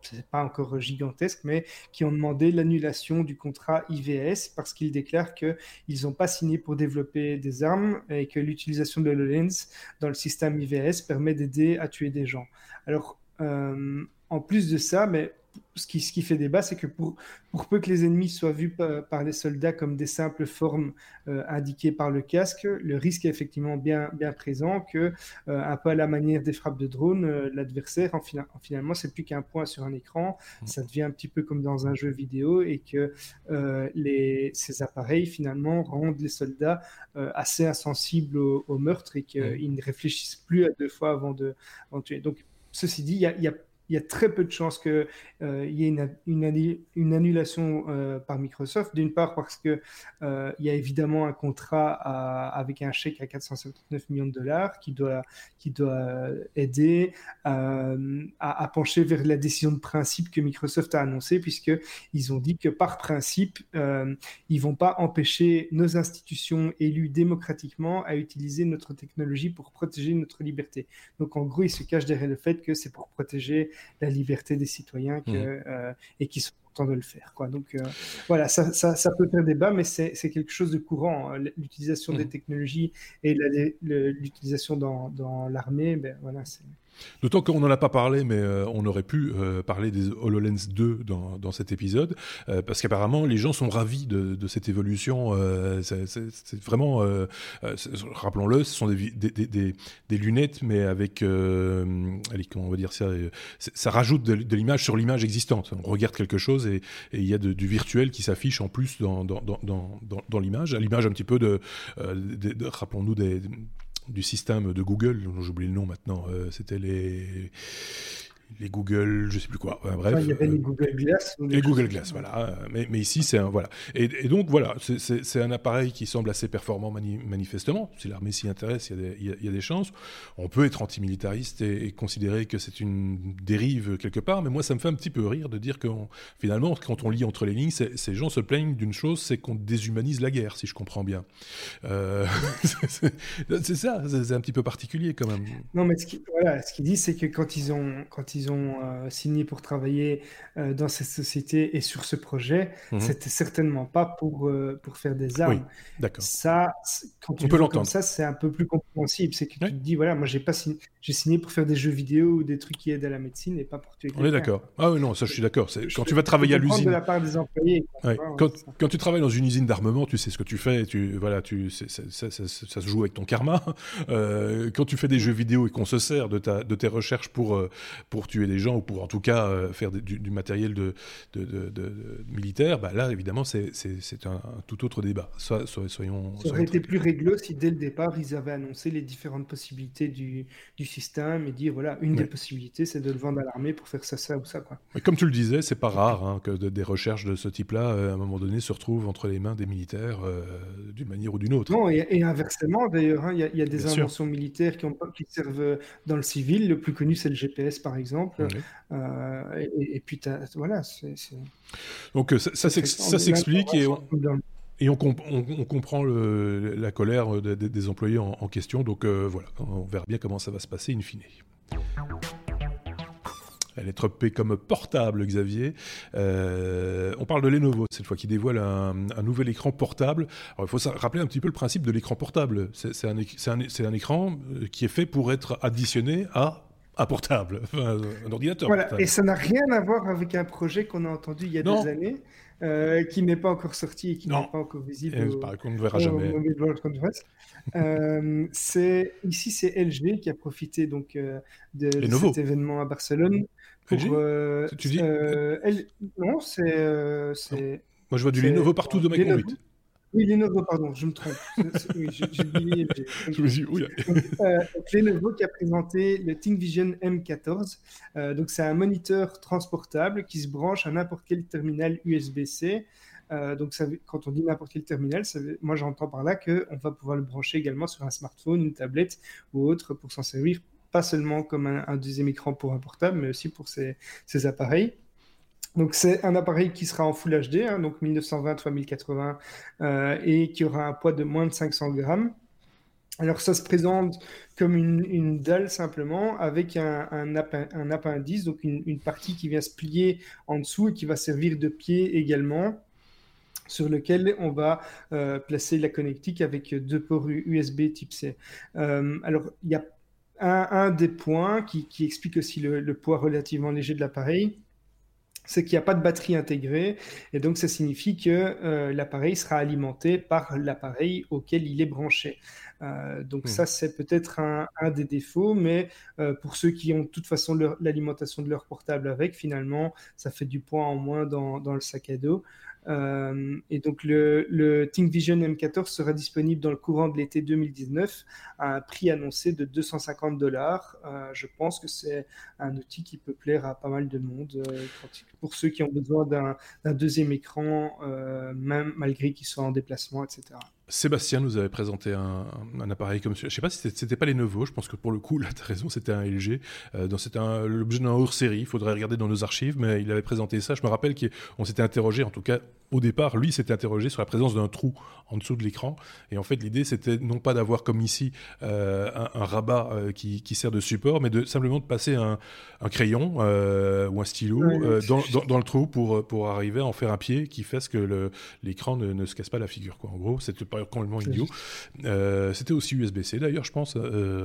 c'est pas encore gigantesque, mais qui ont demandé l'annulation du contrat IVS parce qu'ils déclarent qu'ils n'ont pas signé pour développer des armes et que l'utilisation de HoloLens dans le système IVS permet d'aider à tuer des gens. Alors, en plus de ça, mais ce qui fait débat, c'est que pour peu que les ennemis soient vus par les soldats comme des simples formes indiquées par le casque, le risque est effectivement bien présent que, un peu à la manière des frappes de drone, l'adversaire, finalement, c'est plus qu'un point sur un écran, ça devient un petit peu comme dans un jeu vidéo et que ces appareils, finalement, rendent les soldats assez insensibles au meurtre et qu'ils ne réfléchissent plus à deux fois avant de tuer. Donc, ceci dit, il y a très peu de chances qu'il y ait une annulation par Microsoft. D'une part parce qu'il y a évidemment un contrat avec un chèque à 479 millions de dollars qui doit aider à pencher vers la décision de principe que Microsoft a annoncée, puisqu'ils ont dit que par principe, ils ne vont pas empêcher nos institutions élues démocratiquement à utiliser notre technologie pour protéger notre liberté. Donc en gros, ils se cachent derrière le fait que c'est pour protéger la liberté des citoyens et qui sont contents de le faire, quoi. Donc voilà, ça peut faire débat, mais c'est quelque chose de courant, hein. L'utilisation des technologies et l'utilisation dans l'armée, ben voilà, c'est... D'autant qu'on n'en a pas parlé, mais on aurait pu parler des HoloLens 2 dans cet épisode, parce qu'apparemment les gens sont ravis de cette évolution. C'est vraiment, rappelons-le, ce sont des lunettes, mais avec, allez, comment on va dire ça, ça rajoute de l'image sur l'image existante. On regarde quelque chose et il y a du virtuel qui s'affiche en plus dans l'image, à l'image un petit peu rappelons-nous du système de Google, j'oublie le nom maintenant, c'était les Google, je sais plus quoi. Bref. Enfin, il y avait les Google Glass. Les Google Glass, voilà. Mais ici, c'est un voilà. Et donc voilà, c'est un appareil qui semble assez performant manifestement. Si l'armée s'y intéresse, il y a des chances. On peut être antimilitariste et considérer que c'est une dérive quelque part. Mais moi, ça me fait un petit peu rire de dire que finalement, quand on lit entre les lignes, ces gens se plaignent d'une chose, c'est qu'on déshumanise la guerre, si je comprends bien. C'est ça. C'est un petit peu particulier quand même. Non, mais ce qu'ils disent, c'est que quand ils ont signé pour travailler dans cette société et sur ce projet, c'était certainement pas pour faire des armes. Oui, d'accord. Ça, quand tu on peut le vois l'entendre. comme ça, c'est un peu plus compréhensible. C'est que tu te dis, voilà, moi j'ai signé pour faire des jeux vidéo ou des trucs qui aident à la médecine et pas pour tuer quelqu'un. On est d'accord. Ah oui, non, ça je suis d'accord. Quand tu vas travailler à l'usine, de la part des employés. Quand tu travailles dans une usine d'armement, tu sais ce que tu fais. Ça se joue avec ton karma. Quand tu fais des jeux vidéo et qu'on se sert de tes recherches pour tuer des gens ou pour en tout cas faire du matériel de militaire, bah là évidemment c'est un tout autre débat. Soyons. Ça aurait été plus réglo si dès le départ ils avaient annoncé les différentes possibilités du système et dire voilà, une des possibilités c'est de le vendre à l'armée pour faire ça ou ça, quoi. Mais comme tu le disais, c'est pas rare que des recherches de ce type-là à un moment donné se retrouvent entre les mains des militaires d'une manière ou d'une autre. Non, et inversement d'ailleurs, il y a des inventions militaires qui servent dans le civil. Le plus connu c'est le GPS par exemple. Et puis voilà, donc ça s'explique et on comprend la colère des employés en question. Donc voilà, on verra bien comment ça va se passer in fine. Elle est tropée comme portable, Xavier. On parle de Lenovo, cette fois, qui dévoile un nouvel écran portable. Alors, il faut rappeler un petit peu le principe de l'écran portable. C'est un écran qui est fait pour être additionné à un portable, un ordinateur portable. Et ça n'a rien à voir avec un projet qu'on a entendu il y a des années, qui n'est pas encore sorti et qui n'est pas encore visible. Qu'on ne verra jamais. Ici, c'est LG qui a profité donc, de cet événement à Barcelone. Tu dis Non, c'est... Moi, je vois du Lenovo partout dans mes conduites. Oui, Lenovo, pardon, je me trompe. Oui, j'ai oublié. Je me dis, oula. Lenovo qui a présenté le ThinkVision M14. Donc, c'est un moniteur transportable qui se branche à n'importe quel terminal USB-C. Donc, quand on dit n'importe quel terminal, moi j'entends par là qu'on va pouvoir le brancher également sur un smartphone, une tablette ou autre pour s'en servir, pas seulement comme un deuxième écran pour un portable, mais aussi pour ces appareils. Donc c'est un appareil qui sera en Full HD, donc 1920 x 1080, et qui aura un poids de moins de 500 grammes. Alors ça se présente comme une dalle simplement avec un appendice, donc une partie qui vient se plier en dessous et qui va servir de pied également, sur lequel on va placer la connectique avec deux ports USB type C. Alors il y a un des points qui explique aussi le poids relativement léger de l'appareil, c'est qu'il n'y a pas de batterie intégrée, et donc ça signifie que l'appareil sera alimenté par l'appareil auquel il est branché. Donc ça, c'est peut-être un des défauts, mais pour ceux qui ont de toute façon l'alimentation de leur portable avec, finalement, ça fait du poids en moins dans le sac à dos. Et donc le ThinkVision M14 sera disponible dans le courant de l'été 2019 à un prix annoncé de $250. Je pense que c'est un outil qui peut plaire à pas mal de monde, pour ceux qui ont besoin d'un deuxième écran, même malgré qu'ils soient en déplacement, etc. Sébastien nous avait présenté un appareil comme celui-là. Je sais pas si c'était pas les Lenovo, je pense que pour le coup, là, tu as raison, c'était un LG. C'était l'objet d'un hors-série, il faudrait regarder dans nos archives, mais il avait présenté ça. Je me rappelle qu'on s'était interrogé, en tout cas au départ, lui s'était interrogé sur la présence d'un trou en dessous de l'écran. Et en fait, l'idée, c'était non pas d'avoir comme ici un rabat qui sert de support, mais simplement de passer un crayon ou un stylo dans le trou pour arriver à en faire un pied qui fasse que l'écran ne se casse pas la figure, quoi. En gros, c'était pas complètement idiot. C'était aussi USB-C d'ailleurs, je pense.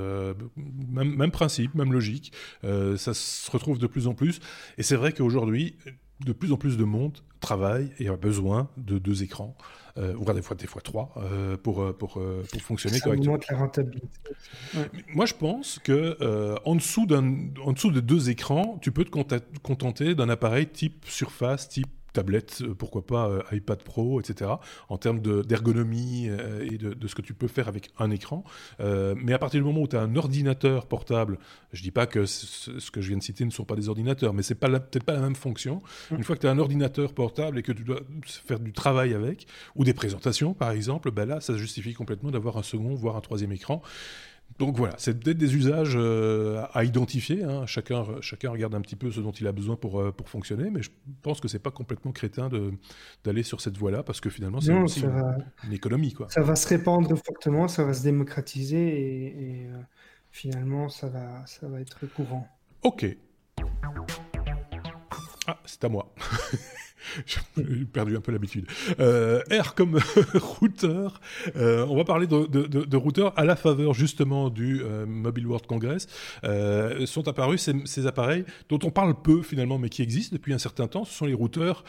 Même principe, même logique. Ça se retrouve de plus en plus. Et c'est vrai qu'aujourd'hui, de plus en plus de monde travaille et a besoin de 2 écrans, voire des fois 3, pour fonctionner correctement. Ça augmente la rentabilité. Ouais. Moi, je pense que en dessous de 2 écrans, tu peux te contenter d'un appareil type Surface, type tablette, pourquoi pas iPad Pro, etc., en termes d'ergonomie et de ce que tu peux faire avec un écran. Mais à partir du moment où tu as un ordinateur portable, je dis pas que ce que je viens de citer ne sont pas des ordinateurs, mais c'est peut-être pas la même fonction. Une fois que tu as un ordinateur portable et que tu dois faire du travail avec, ou des présentations par exemple, ben là, ça justifie complètement d'avoir un second, voire un troisième écran. Donc voilà, c'est peut-être des usages à identifier, hein. Chacun regarde un petit peu ce dont il a besoin pour fonctionner, mais je pense que c'est pas complètement crétin d'aller sur cette voie-là, parce que finalement c'est aussi une économie, quoi. Ça va se répandre fortement, ça va se démocratiser et finalement ça va être courant. Ok. Ah, c'est à moi. J'ai perdu un peu l'habitude. R comme routeur. On va parler de routeurs à la faveur justement du Mobile World Congress. Sont apparus ces appareils dont on parle peu finalement, mais qui existent depuis un certain temps. Ce sont les routeurs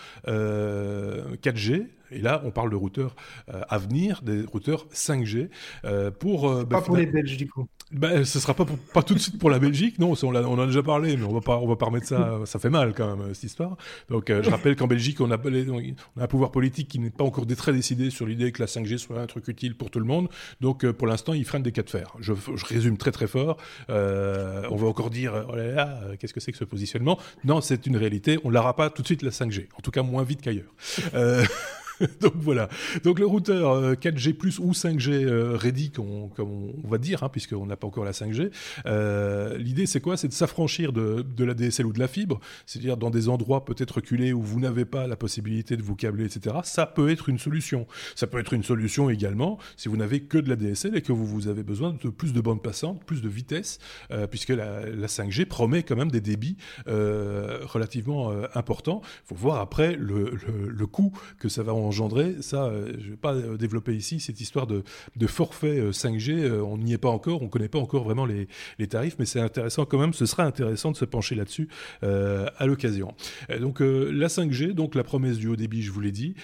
4G. Et là, on parle de routeurs à venir, des routeurs 5G. Pas pour les Belges, du coup. Ce sera pas tout de suite pour la Belgique, non, on en a déjà parlé, mais on va pas remettre ça, ça fait mal quand même, cette histoire. Donc je rappelle qu'en Belgique, on a un pouvoir politique qui n'est pas encore très décidé sur l'idée que la 5G soit un truc utile pour tout le monde. Donc pour l'instant, ils freinent des cas de fer. Je résume très très fort. On va encore dire, oh là là, qu'est-ce que c'est que ce positionnement ? Non, c'est une réalité, on l'aura pas tout de suite la 5G, en tout cas moins vite qu'ailleurs. Donc voilà. Donc le routeur 4G+ ou 5G ready, comme on va dire, hein, puisqu'on n'a pas encore la 5G. L'idée, c'est quoi ? C'est de s'affranchir de la DSL ou de la fibre, c'est-à-dire dans des endroits peut-être reculés où vous n'avez pas la possibilité de vous câbler, etc. Ça peut être une solution. Ça peut être une solution également si vous n'avez que de la DSL et que vous avez besoin de plus de bandes passantes, plus de vitesse, puisque la 5G promet quand même des débits relativement importants. Il faut voir après le coût que ça va engendrer. Ça, je ne vais pas développer ici cette histoire de forfait 5G. On n'y est pas encore, on ne connaît pas encore vraiment les tarifs, mais c'est intéressant quand même. Ce sera intéressant de se pencher là-dessus à l'occasion. Donc la 5G, donc la promesse du haut débit, je vous l'ai dit,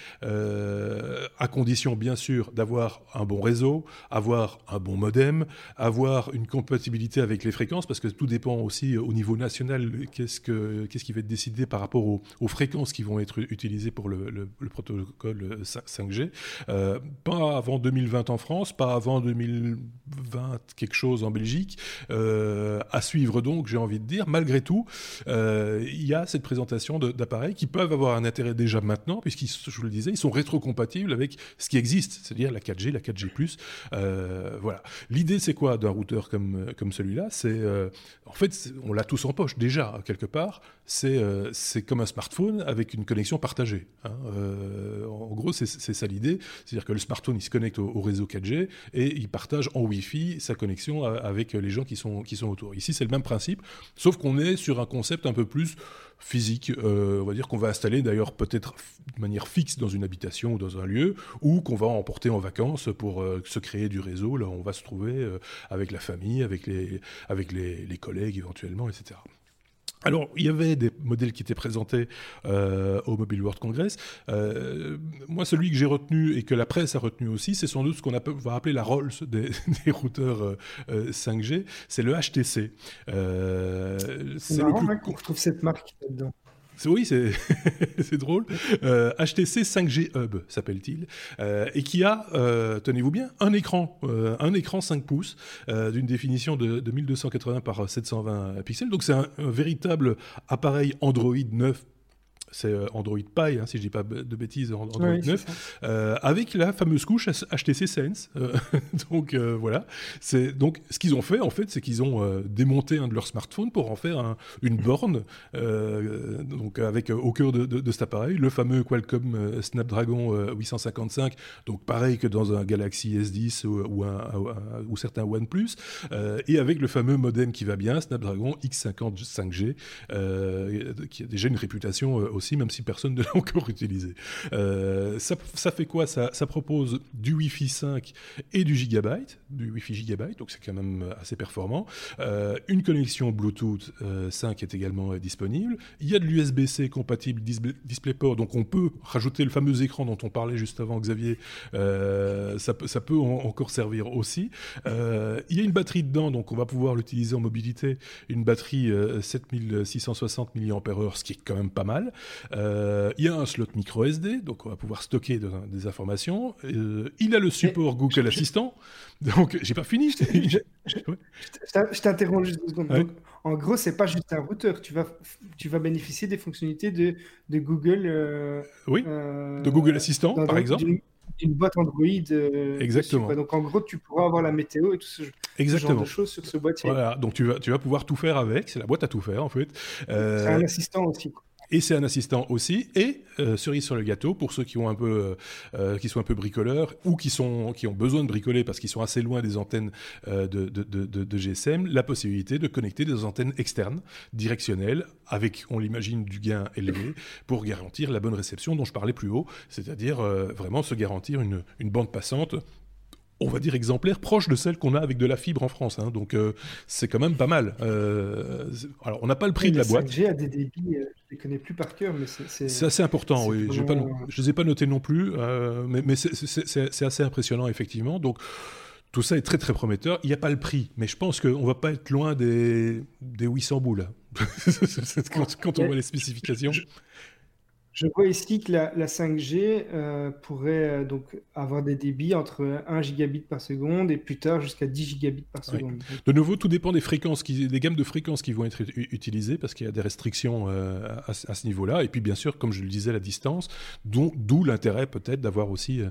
à condition bien sûr d'avoir un bon réseau, avoir un bon modem, avoir une compatibilité avec les fréquences, parce que tout dépend aussi au niveau national, qu'est-ce qui va être décidé par rapport aux fréquences qui vont être utilisées pour le protocole 5G. Pas avant 2020 en France, pas avant 2020 quelque chose en Belgique. À suivre donc, j'ai envie de dire. Malgré tout, il y a cette présentation d'appareils qui peuvent avoir un intérêt déjà maintenant, puisqu'ils, je vous le disais, ils sont rétrocompatibles avec ce qui existe, c'est-à-dire la 4G, la 4G+. Voilà. L'idée, c'est quoi d'un routeur comme celui-là ? C'est, en fait, on l'a tous en poche déjà, quelque part. C'est comme un smartphone avec une connexion partagée. Hein. en gros, c'est ça l'idée. C'est-à-dire que le smartphone, il se connecte au réseau 4G et il partage en Wi-Fi sa connexion avec les gens qui sont autour. Ici, c'est le même principe, sauf qu'on est sur un concept un peu plus physique. On va dire qu'on va installer d'ailleurs peut-être de manière fixe dans une habitation ou dans un lieu, ou qu'on va emporter en vacances pour se créer du réseau. Là, on va se trouver avec la famille, avec les collègues éventuellement, etc. Alors, il y avait des modèles qui étaient présentés au Mobile World Congress. Moi, celui que j'ai retenu et que la presse a retenu aussi, c'est sans doute ce qu'on va appeler la Rolls des routeurs 5G. C'est le HTC. C'est marrant qu'on retrouve cette marque là-dedans. Oui, c'est drôle. HTC 5G Hub s'appelle-t-il, et qui a, tenez-vous bien, un écran 5 pouces d'une définition de 1280 par 720 pixels. Donc c'est un véritable appareil Android 9. C'est Android Pie, si je ne dis pas de bêtises, Android 9, avec la fameuse couche HTC Sense. Donc voilà. Donc ce qu'ils ont fait, en fait, c'est qu'ils ont démonté un de leurs smartphones pour en faire une borne, donc avec au cœur de cet appareil, le fameux Qualcomm Snapdragon 855, donc pareil que dans un Galaxy S10 ou certains OnePlus, et avec le fameux modem qui va bien, Snapdragon X50 5G, qui a déjà une réputation aussi, même si personne ne l'a encore utilisé. Ça fait quoi ? Ça propose du Wi-Fi 5 et du Wi-Fi Gigabyte, donc c'est quand même assez performant. Une connexion Bluetooth 5 est également disponible. Il y a de l'USB-C compatible DisplayPort, donc on peut rajouter le fameux écran dont on parlait juste avant, Xavier. Ça peut encore servir aussi. Il y a une batterie dedans, donc on va pouvoir l'utiliser en mobilité. Une batterie 7660 mAh, ce qui est quand même pas mal. Il y a un slot micro SD, donc on va pouvoir stocker des informations. Il a le support Google Assistant. Donc, j'ai pas fini. Je t'interromps juste 2 secondes. Ouais. Donc, en gros, c'est pas juste un routeur. Tu vas bénéficier des fonctionnalités de Google. De Google Assistant, par exemple. Une boîte Android. Exactement. Dessus, donc en gros, tu pourras avoir la météo et tout ce genre de choses sur ce boîtier. Voilà, donc tu vas pouvoir tout faire avec. C'est la boîte à tout faire en fait. C'est un assistant aussi. Et c'est un assistant aussi. Et cerise sur le gâteau, pour ceux qui sont un peu bricoleurs ou qui ont besoin de bricoler parce qu'ils sont assez loin des antennes de GSM, la possibilité de connecter des antennes externes, directionnelles, avec, on l'imagine, du gain élevé, pour garantir la bonne réception dont je parlais plus haut, c'est-à-dire vraiment se garantir une bande passante, on va dire exemplaire, proche de celle qu'on a avec de la fibre en France. Donc c'est quand même pas mal. Alors on n'a pas le prix de la boîte. 5G a des débits, je ne les connais plus par cœur, mais c'est assez important, oui. Vraiment... Je ne les ai pas notés non plus, mais c'est assez impressionnant, effectivement. Donc tout ça est très très prometteur. Il n'y a pas le prix, mais je pense qu'on ne va pas être loin des 800 boules. Quand on voit les spécifications. Je vois ici que la 5G pourrait donc avoir des débits entre 1 gigabit par seconde et plus tard jusqu'à 10 gigabits par seconde. Oui. De nouveau, tout dépend des fréquences, des gammes de fréquences qui vont être utilisées parce qu'il y a des restrictions à ce niveau-là. Et puis, bien sûr, comme je le disais, la distance, d'où l'intérêt peut-être d'avoir aussi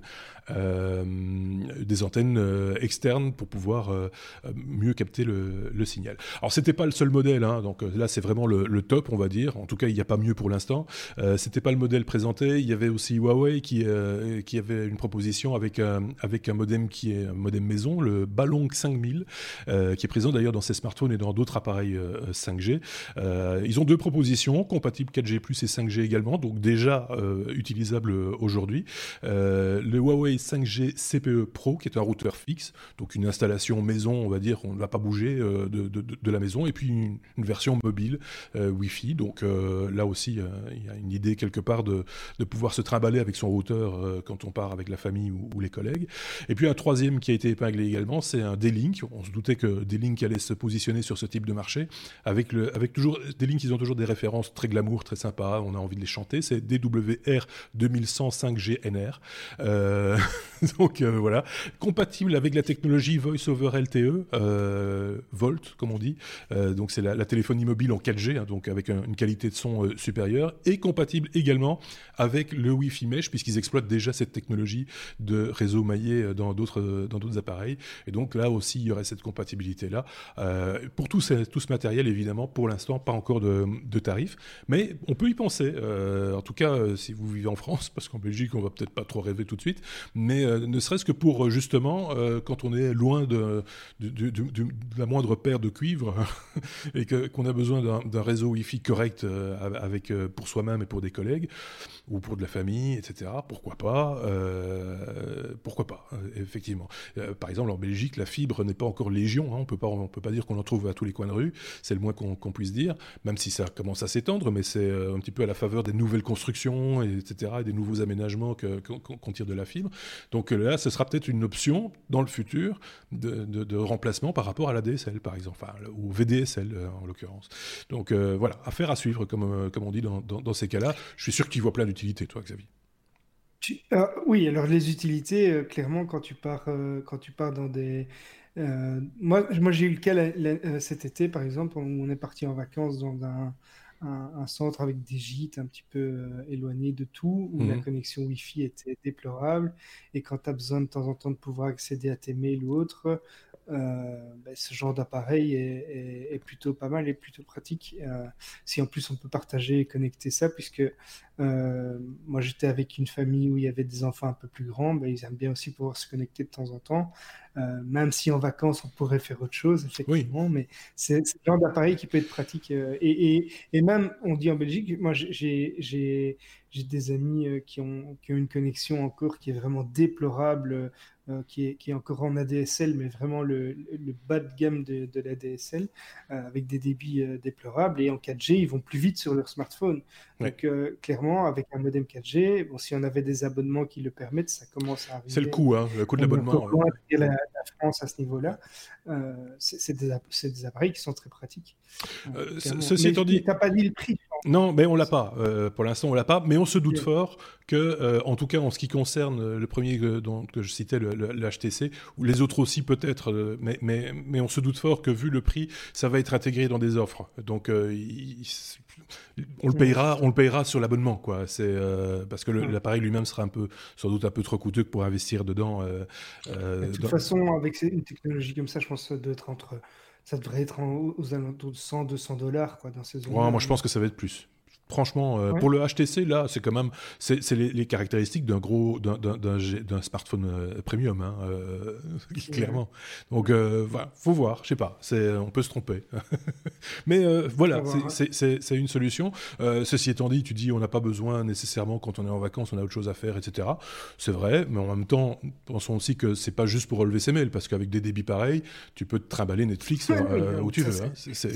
des antennes externes pour pouvoir mieux capter le signal. Alors, c'était pas le seul modèle, donc là, c'est vraiment le top, on va dire. En tout cas, il n'y a pas mieux pour l'instant. C'était pas le modèle présenté. Il y avait aussi Huawei qui avait une proposition avec un modem qui est un modem maison, le Balong 5000, qui est présent d'ailleurs dans ces smartphones et dans d'autres appareils 5G. Ils ont 2 propositions, compatibles 4G+, et 5G également, donc déjà utilisables aujourd'hui. Le Huawei 5G CPE Pro, qui est un routeur fixe, donc une installation maison, on va dire, on ne va pas bouger de la maison, et puis une version mobile Wi-Fi, donc là aussi, il y a une idée quelque part de pouvoir se trimballer avec son routeur quand on part avec la famille ou les collègues. Et puis un troisième qui a été épinglé également, c'est un D-Link. On se doutait que D-Link allait se positionner sur ce type de marché, avec toujours D-Link, ils ont toujours des références très glamour, très sympas, on a envie de les chanter, c'est DWR 2105GNR. Donc voilà, compatible avec la technologie Voice over LTE, Volt comme on dit, donc c'est la téléphonie mobile en 4G, donc avec une qualité de son supérieure, et compatible également également avec le Wi-Fi Mesh, puisqu'ils exploitent déjà cette technologie de réseau maillé dans d'autres appareils. Et donc là aussi, il y aurait cette compatibilité-là. Pour tout ce matériel, évidemment, pour l'instant, pas encore de tarifs, mais on peut y penser. En tout cas, si vous vivez en France, parce qu'en Belgique, on va peut-être pas trop rêver tout de suite, mais ne serait-ce que pour justement, quand on est loin de la moindre paire de cuivre et qu'on a besoin d'un réseau Wi-Fi correct pour soi-même et pour des collègues ou pour de la famille, etc. Pourquoi pas effectivement. Par exemple, en Belgique, la fibre n'est pas encore légion. On peut pas dire qu'on en trouve à tous les coins de rue. C'est le moins qu'on puisse dire, même si ça commence à s'étendre, mais c'est un petit peu à la faveur des nouvelles constructions, etc., et des nouveaux aménagements qu'on tire de la fibre. Donc là, ce sera peut-être une option dans le futur de remplacement par rapport à la DSL, par exemple, ou VDSL en l'occurrence. Donc voilà, affaire à suivre, comme on dit dans ces cas-là. Je suis sûr que tu vois plein d'utilités, toi, Xavier. Oui, alors les utilités, clairement, quand tu pars dans des... moi, j'ai eu le cas cet été, par exemple, où on est parti en vacances dans un centre avec des gîtes un petit peu éloignés de tout, où la connexion Wi-Fi était déplorable. Et quand tu as besoin de temps en temps de pouvoir accéder à tes mails ou autres, ce genre d'appareil est plutôt pas mal et plutôt pratique. Si en plus on peut partager et connecter ça, puisque moi j'étais avec une famille où il y avait des enfants un peu plus grands, ils aiment bien aussi pouvoir se connecter de temps en temps, même si en vacances on pourrait faire autre chose, effectivement, mais c'est le genre d'appareil qui peut être pratique. Et même, on dit en Belgique, moi j'ai des amis qui ont une connexion encore qui est vraiment déplorable, qui est encore en ADSL, mais vraiment le bas de gamme de l'ADSL, avec des débits déplorables. Et en 4G, ils vont plus vite sur leur smartphone. Donc, clairement, avec un modem 4G, si on avait des abonnements qui le permettent, ça commence à arriver. C'est le coût de l'abonnement. On est loin de la France à ce niveau-là. C'est des appareils qui sont très pratiques. Ceci étant dit... Tu n'as pas dit le prix. Non, mais on l'a pas. Pour l'instant, on l'a pas. Mais on se doute fort que, en tout cas, en ce qui concerne le premier que je citais, le HTC, ou les autres aussi peut-être, mais on se doute fort que vu le prix, ça va être intégré dans des offres. Donc, on le payera sur l'abonnement, quoi. C'est parce que l'appareil lui-même sera sans doute un peu trop coûteux pour investir dedans. De toute façon, avec une technologie comme ça, je pense que ça devrait être aux alentours de $100-200 quoi, dans ces zones-là. Ouais, moi, je pense que ça va être plus. Franchement, pour le HTC, là, c'est quand même c'est les caractéristiques d'un smartphone premium, clairement. Donc, voilà, faut voir, je sais pas, on peut se tromper. Mais voilà, c'est une solution. Ceci étant dit, tu dis on n'a pas besoin nécessairement quand on est en vacances, on a autre chose à faire, etc. C'est vrai, mais en même temps, pensons aussi que c'est pas juste pour relever ses mails, parce qu'avec des débits pareils, tu peux te trimballer Netflix où tu veux.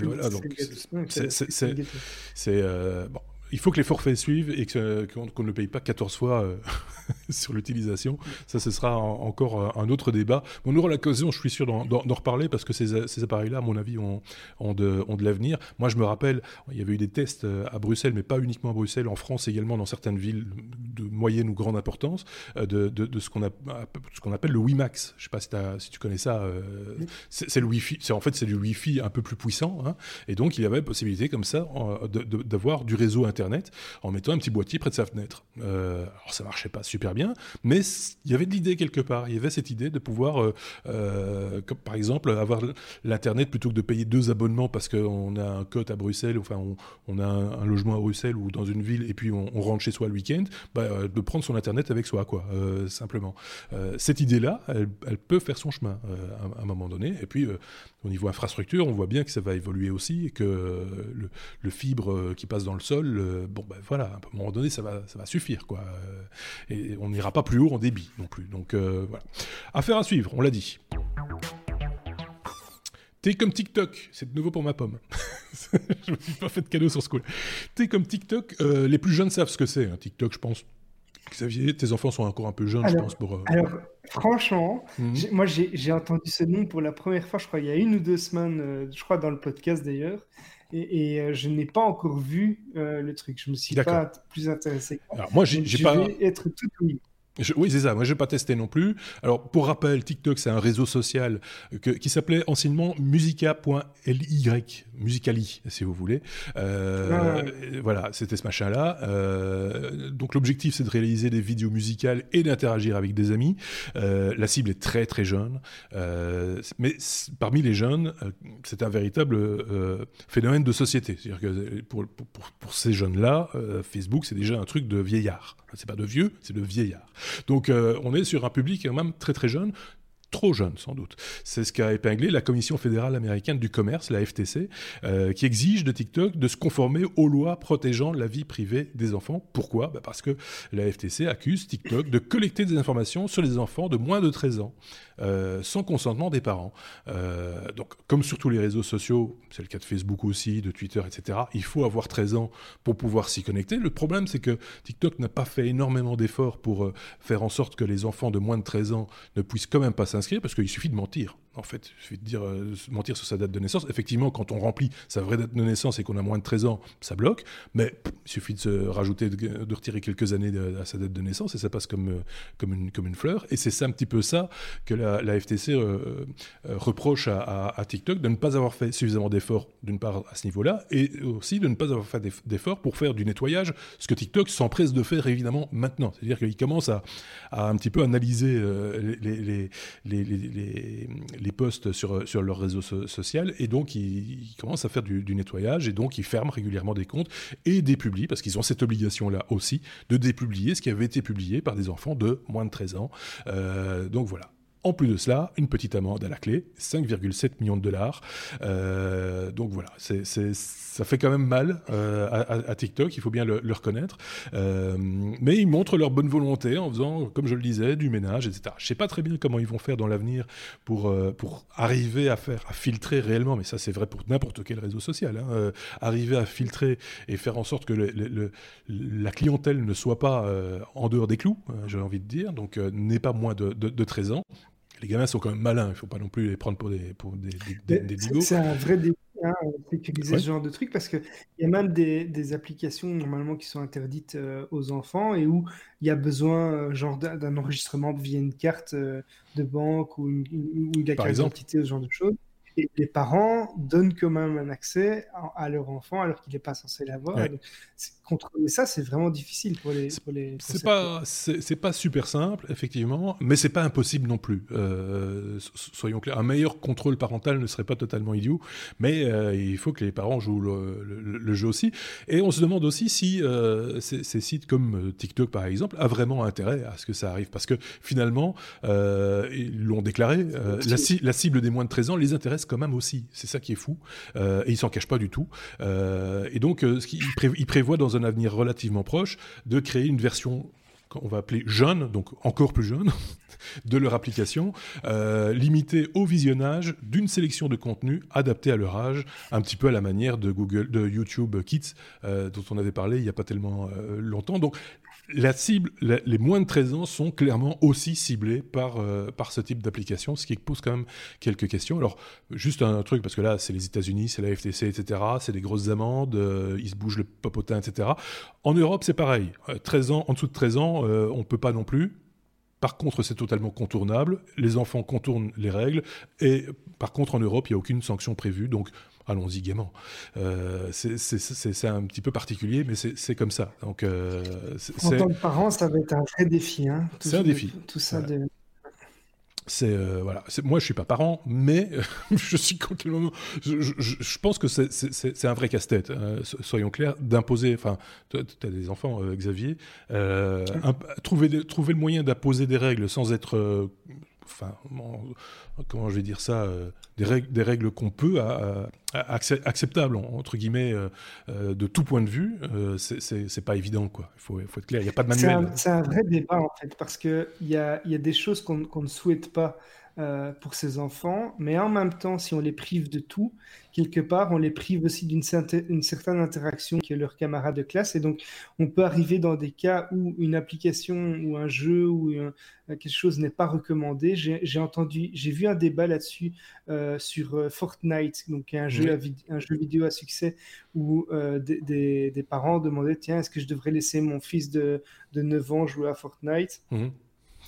Bon. Il faut que les forfaits suivent et qu'on ne le paye pas 14 fois sur l'utilisation. Ça, ce sera encore un autre débat. On aura l'occasion, je suis sûr, d'en reparler parce que ces appareils-là, à mon avis, ont de l'avenir. Moi, je me rappelle, il y avait eu des tests à Bruxelles, mais pas uniquement à Bruxelles, en France également, dans certaines villes de moyenne ou grande importance, de ce qu'on appelle le WiMax. Je ne sais pas si tu connais ça. C'est le Wi-Fi. En fait, c'est du Wi-Fi un peu plus puissant. Et donc, il y avait la possibilité, comme ça, d'avoir du réseau Internet en mettant un petit boîtier près de sa fenêtre. Alors ça marchait pas super bien, mais il y avait de l'idée quelque part. Il y avait cette idée de pouvoir, comme par exemple, avoir l'internet plutôt que de payer 2 abonnements parce qu'on a un cote à Bruxelles, enfin on a un logement à Bruxelles ou dans une ville et puis on rentre chez soi le week-end, de prendre son internet avec soi, quoi, simplement. Cette idée-là, elle peut faire son chemin à un moment donné. Et puis au niveau infrastructure, on voit bien que ça va évoluer aussi et que le fibre qui passe dans le sol, voilà, à un moment donné, ça va suffire, quoi. Et on n'ira pas plus haut en débit non plus. Donc voilà. Affaire à suivre, on l'a dit. T'es comme TikTok, c'est de nouveau pour ma pomme. Je me suis pas fait de cadeau sur ce coup-là. T'es comme TikTok, les plus jeunes savent ce que c'est, TikTok, je pense. Xavier, tes enfants sont encore un peu jeunes, je pense. Alors, franchement, moi j'ai entendu ce nom pour la première fois, je crois, il y a 1 ou 2 semaines, je crois dans le podcast d'ailleurs. Et je n'ai pas encore vu le truc. Je me suis pas plus intéressé. Alors moi, j'ai pas. Je vais être tout oui. Oui, c'est ça. Moi, je n'ai pas testé non plus. Alors, pour rappel, TikTok, c'est un réseau social qui s'appelait anciennement musica.ly, Musicali, si vous voulez. Voilà, c'était ce machin-là. Donc, l'objectif, c'est de réaliser des vidéos musicales et d'interagir avec des amis. La cible est très, très jeune. Mais parmi les jeunes, c'est un véritable phénomène de société. C'est-à-dire que pour ces jeunes-là, Facebook, c'est déjà un truc de vieillard. C'est pas de vieux, c'est de vieillard. Donc on est sur un public quand même très très jeune, trop jeune sans doute. C'est ce qu'a épinglé la Commission fédérale américaine du commerce, la FTC, qui exige de TikTok de se conformer aux lois protégeant la vie privée des enfants. Pourquoi ? Parce que la FTC accuse TikTok de collecter des informations sur les enfants de moins de 13 ans. Sans consentement des parents. Donc, comme sur tous les réseaux sociaux, c'est le cas de Facebook aussi, de Twitter, etc., il faut avoir 13 ans pour pouvoir s'y connecter. Le problème, c'est que TikTok n'a pas fait énormément d'efforts pour faire en sorte que les enfants de moins de 13 ans ne puissent quand même pas s'inscrire, parce qu'il suffit de mentir. En fait, il suffit de dire, mentir sur sa date de naissance. Effectivement, quand on remplit sa vraie date de naissance et qu'on a moins de 13 ans, ça bloque. Mais il suffit de se rajouter, de retirer quelques années à sa date de naissance et ça passe comme une fleur. Et c'est ça un petit peu ça que la FTC reproche à TikTok, de ne pas avoir fait suffisamment d'efforts, d'une part à ce niveau-là, et aussi de ne pas avoir fait d'efforts pour faire du nettoyage, ce que TikTok s'empresse de faire évidemment maintenant. C'est-à-dire qu'il commence à un petit peu analyser les posts sur leur réseau social, et donc ils commencent à faire du nettoyage, et donc ils ferment régulièrement des comptes et dépublient, parce qu'ils ont cette obligation-là aussi, de dépublier ce qui avait été publié par des enfants de moins de 13 ans. Donc voilà. En plus de cela, une petite amende à la clé, 5,7 millions de dollars. Donc voilà, ça fait quand même mal à TikTok, il faut bien le reconnaître. Mais ils montrent leur bonne volonté en faisant, comme je le disais, du ménage, etc. Je ne sais pas très bien comment ils vont faire dans l'avenir pour arriver à filtrer réellement, mais ça c'est vrai pour n'importe quel réseau social, hein, arriver à filtrer et faire en sorte que la clientèle ne soit pas en dehors des clous, j'ai envie de dire, donc n'ait pas moins de 13 ans. Les gamins sont quand même malins, il ne faut pas non plus les prendre pour des bigots. C'est un vrai défi, hein, sécuriser ce genre de truc, parce qu'il y a même des applications normalement qui sont interdites aux enfants et où il y a besoin genre d'un enregistrement via une carte de banque ou une carte d'identité, ce genre de choses. Et les parents donnent quand même un accès à leur enfant alors qu'il n'est pas censé l'avoir. Ouais. Donc, contrôler ça, c'est vraiment difficile pour les. C'est pas super simple, effectivement, mais c'est pas impossible non plus. Soyons clairs, un meilleur contrôle parental ne serait pas totalement idiot, mais il faut que les parents jouent le jeu aussi. Et on se demande aussi si ces sites comme TikTok, par exemple, a vraiment intérêt à ce que ça arrive, parce que finalement, ils l'ont déclaré, la cible des moins de 13 ans les intéresse quand même aussi. C'est ça qui est fou. Et ils s'en cachent pas du tout. Et donc, ils prévoient dans un avenir relativement proche de créer une version qu'on va appeler jeune, donc encore plus jeune, de leur application, limitée au visionnage d'une sélection de contenus adaptés à leur âge, un petit peu à la manière de YouTube Kids, dont on avait parlé il n'y a pas tellement longtemps. Donc, la cible, les moins de 13 ans sont clairement aussi ciblés par ce type d'application, ce qui pose quand même quelques questions. Alors, juste un truc, parce que là, c'est les États-Unis, c'est la FTC, etc., c'est des grosses amendes, ils se bougent le popotin, etc. En Europe, c'est pareil. 13 ans, en dessous de 13 ans, on ne peut pas non plus. Par contre, c'est totalement contournable. Les enfants contournent les règles. Et par contre, en Europe, il n'y a aucune sanction prévue. Donc, allons-y gaiement. C'est un petit peu particulier, mais c'est comme ça. Donc, en tant que parent, ça va être un vrai défi. Hein, c'est un défi. Tout ça voilà. Voilà. Moi, je suis pas parent, mais je suis complètement. Je pense que c'est un vrai casse-tête. Soyons clairs, d'imposer. Enfin, tu as des enfants, Xavier. Trouver le moyen d'imposer des règles sans être. Comment je vais dire ça, des règles qu'on peut acceptables entre guillemets de tout point de vue, c'est pas évident, quoi. Il faut être clair, il n'y a pas de manuel. C'est un vrai débat en fait, parce que il y a des choses qu'on ne souhaite pas pour ces enfants, mais en même temps, si on les prive de tout, quelque part, on les prive aussi d'une certaine interaction avec leurs camarades de classe, et donc on peut arriver dans des cas où une application ou un jeu ou quelque chose n'est pas recommandé. J'ai vu un débat là-dessus sur Fortnite, donc un jeu vidéo à succès, où des parents demandaient, tiens, est-ce que je devrais laisser mon fils de 9 ans jouer à Fortnite ?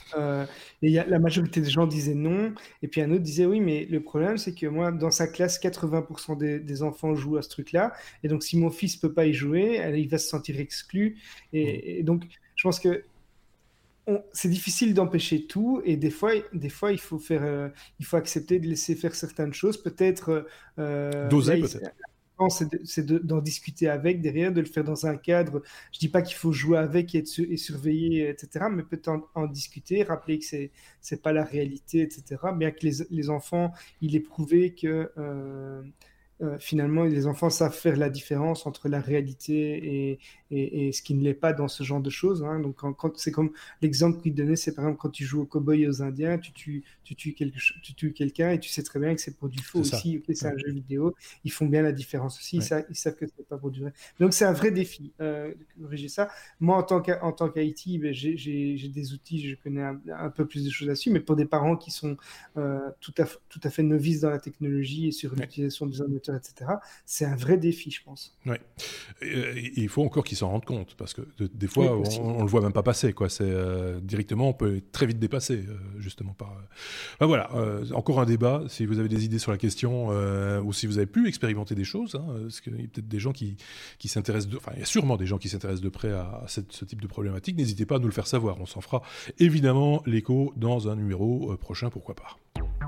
Et la majorité des gens disaient non. Et puis un autre disait oui, mais le problème, c'est que moi, dans sa classe, 80% des enfants jouent à ce truc-là. Et donc, si mon fils peut pas y jouer, il va se sentir exclu. Et donc, je pense que c'est difficile d'empêcher tout. Et des fois, il faut accepter de laisser faire certaines choses. Peut-être, Doser peut-être. d'en discuter avec derrière, de le faire dans un cadre. Je dis pas qu'il faut jouer avec et surveiller, etc. Mais peut-être en discuter, rappeler que c'est pas la réalité, etc. Bien que les enfants, il est prouvé que finalement, les enfants savent faire la différence entre la réalité et ce qui ne l'est pas dans ce genre de choses. Hein. Donc, c'est comme l'exemple qu'il donnait, c'est par exemple quand tu joues aux cow-boys et aux Indiens, tu tues quelqu'un et tu sais très bien que c'est pour du faux aussi. Okay, c'est un jeu vidéo. Ils font bien la différence aussi. Ils savent que c'est pas pour du vrai. Donc, c'est un vrai défi de corriger ça. Moi, en tant qu'IT, ben, j'ai des outils, je connais un peu plus de choses là-dessus, mais pour des parents qui sont tout à fait novices dans la technologie et sur l'utilisation des ordinateurs, etc. C'est un vrai défi, je pense. Oui. Il faut encore qu'ils s'en rendent compte, parce que des fois, on le voit même pas passer, quoi. C'est directement, on peut être très vite dépassé, justement par. Ben voilà, encore un débat. Si vous avez des idées sur la question, ou si vous avez pu expérimenter des choses, hein, parce qu'il y a peut-être des gens qui s'intéressent, enfin, il y a sûrement des gens qui s'intéressent de près à ce type de problématique. N'hésitez pas à nous le faire savoir. On s'en fera évidemment l'écho dans un numéro prochain, pourquoi pas.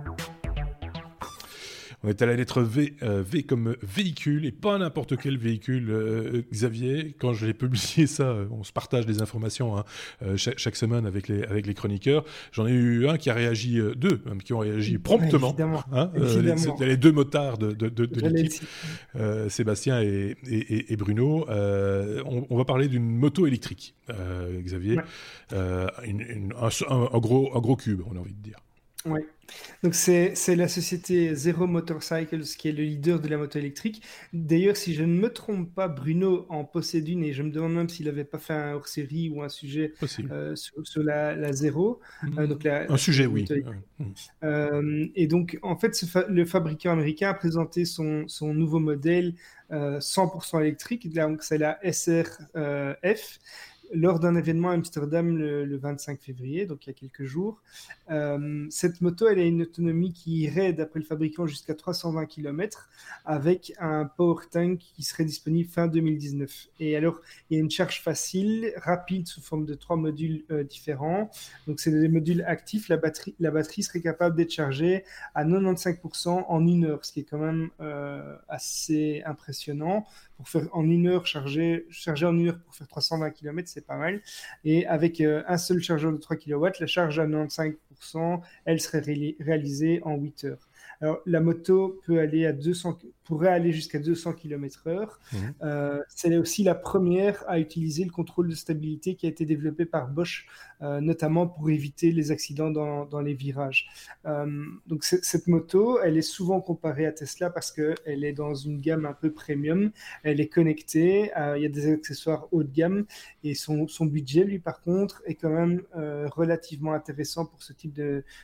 On est à la lettre V, V comme véhicule, et pas n'importe quel véhicule, Xavier. Quand je l'ai publié ça, on se partage des informations hein, chaque semaine avec les chroniqueurs. J'en ai eu un qui a réagi, deux même, qui ont réagi promptement. Ouais, évidemment. Les deux motards de l'équipe, Sébastien et Bruno. On va parler d'une moto électrique, Xavier. Un gros cube, on a envie de dire. Oui. Donc c'est la société Zero Motorcycles qui est le leader de la moto électrique. D'ailleurs, si je ne me trompe pas, Bruno en possède une et je me demande même s'il n'avait pas fait un hors-série ou un sujet sur la Zero. Donc un sujet, oui. Et donc, en fait, le fabricant américain a présenté son nouveau modèle 100% électrique. Donc, c'est la SRF. Lors d'un événement à Amsterdam le 25 février, donc il y a quelques jours. Cette moto, elle a une autonomie qui irait, d'après le fabricant, jusqu'à 320 km avec un power tank qui serait disponible fin 2019. Et alors, il y a une charge facile, rapide, sous forme de 3 modules différents. Donc, c'est des modules actifs. La batterie serait capable d'être chargée à 95% en 1 heure, ce qui est quand même assez impressionnant. Pour faire en 1 heure, charger en 1 heure pour faire 320 km, c'est pas mal. Et avec un seul chargeur de 3 kW, la charge à 95%, elle serait réalisée en 8 heures. Alors, la moto pourrait aller jusqu'à 200 km/h. C'est aussi la première à utiliser le contrôle de stabilité qui a été développé par Bosch, notamment pour éviter les accidents dans les virages. Donc, cette moto, elle est souvent comparée à Tesla parce qu'elle est dans une gamme un peu premium. Elle est connectée, il y a des accessoires haut de gamme et son budget, lui, par contre, est quand même relativement intéressant pour ce type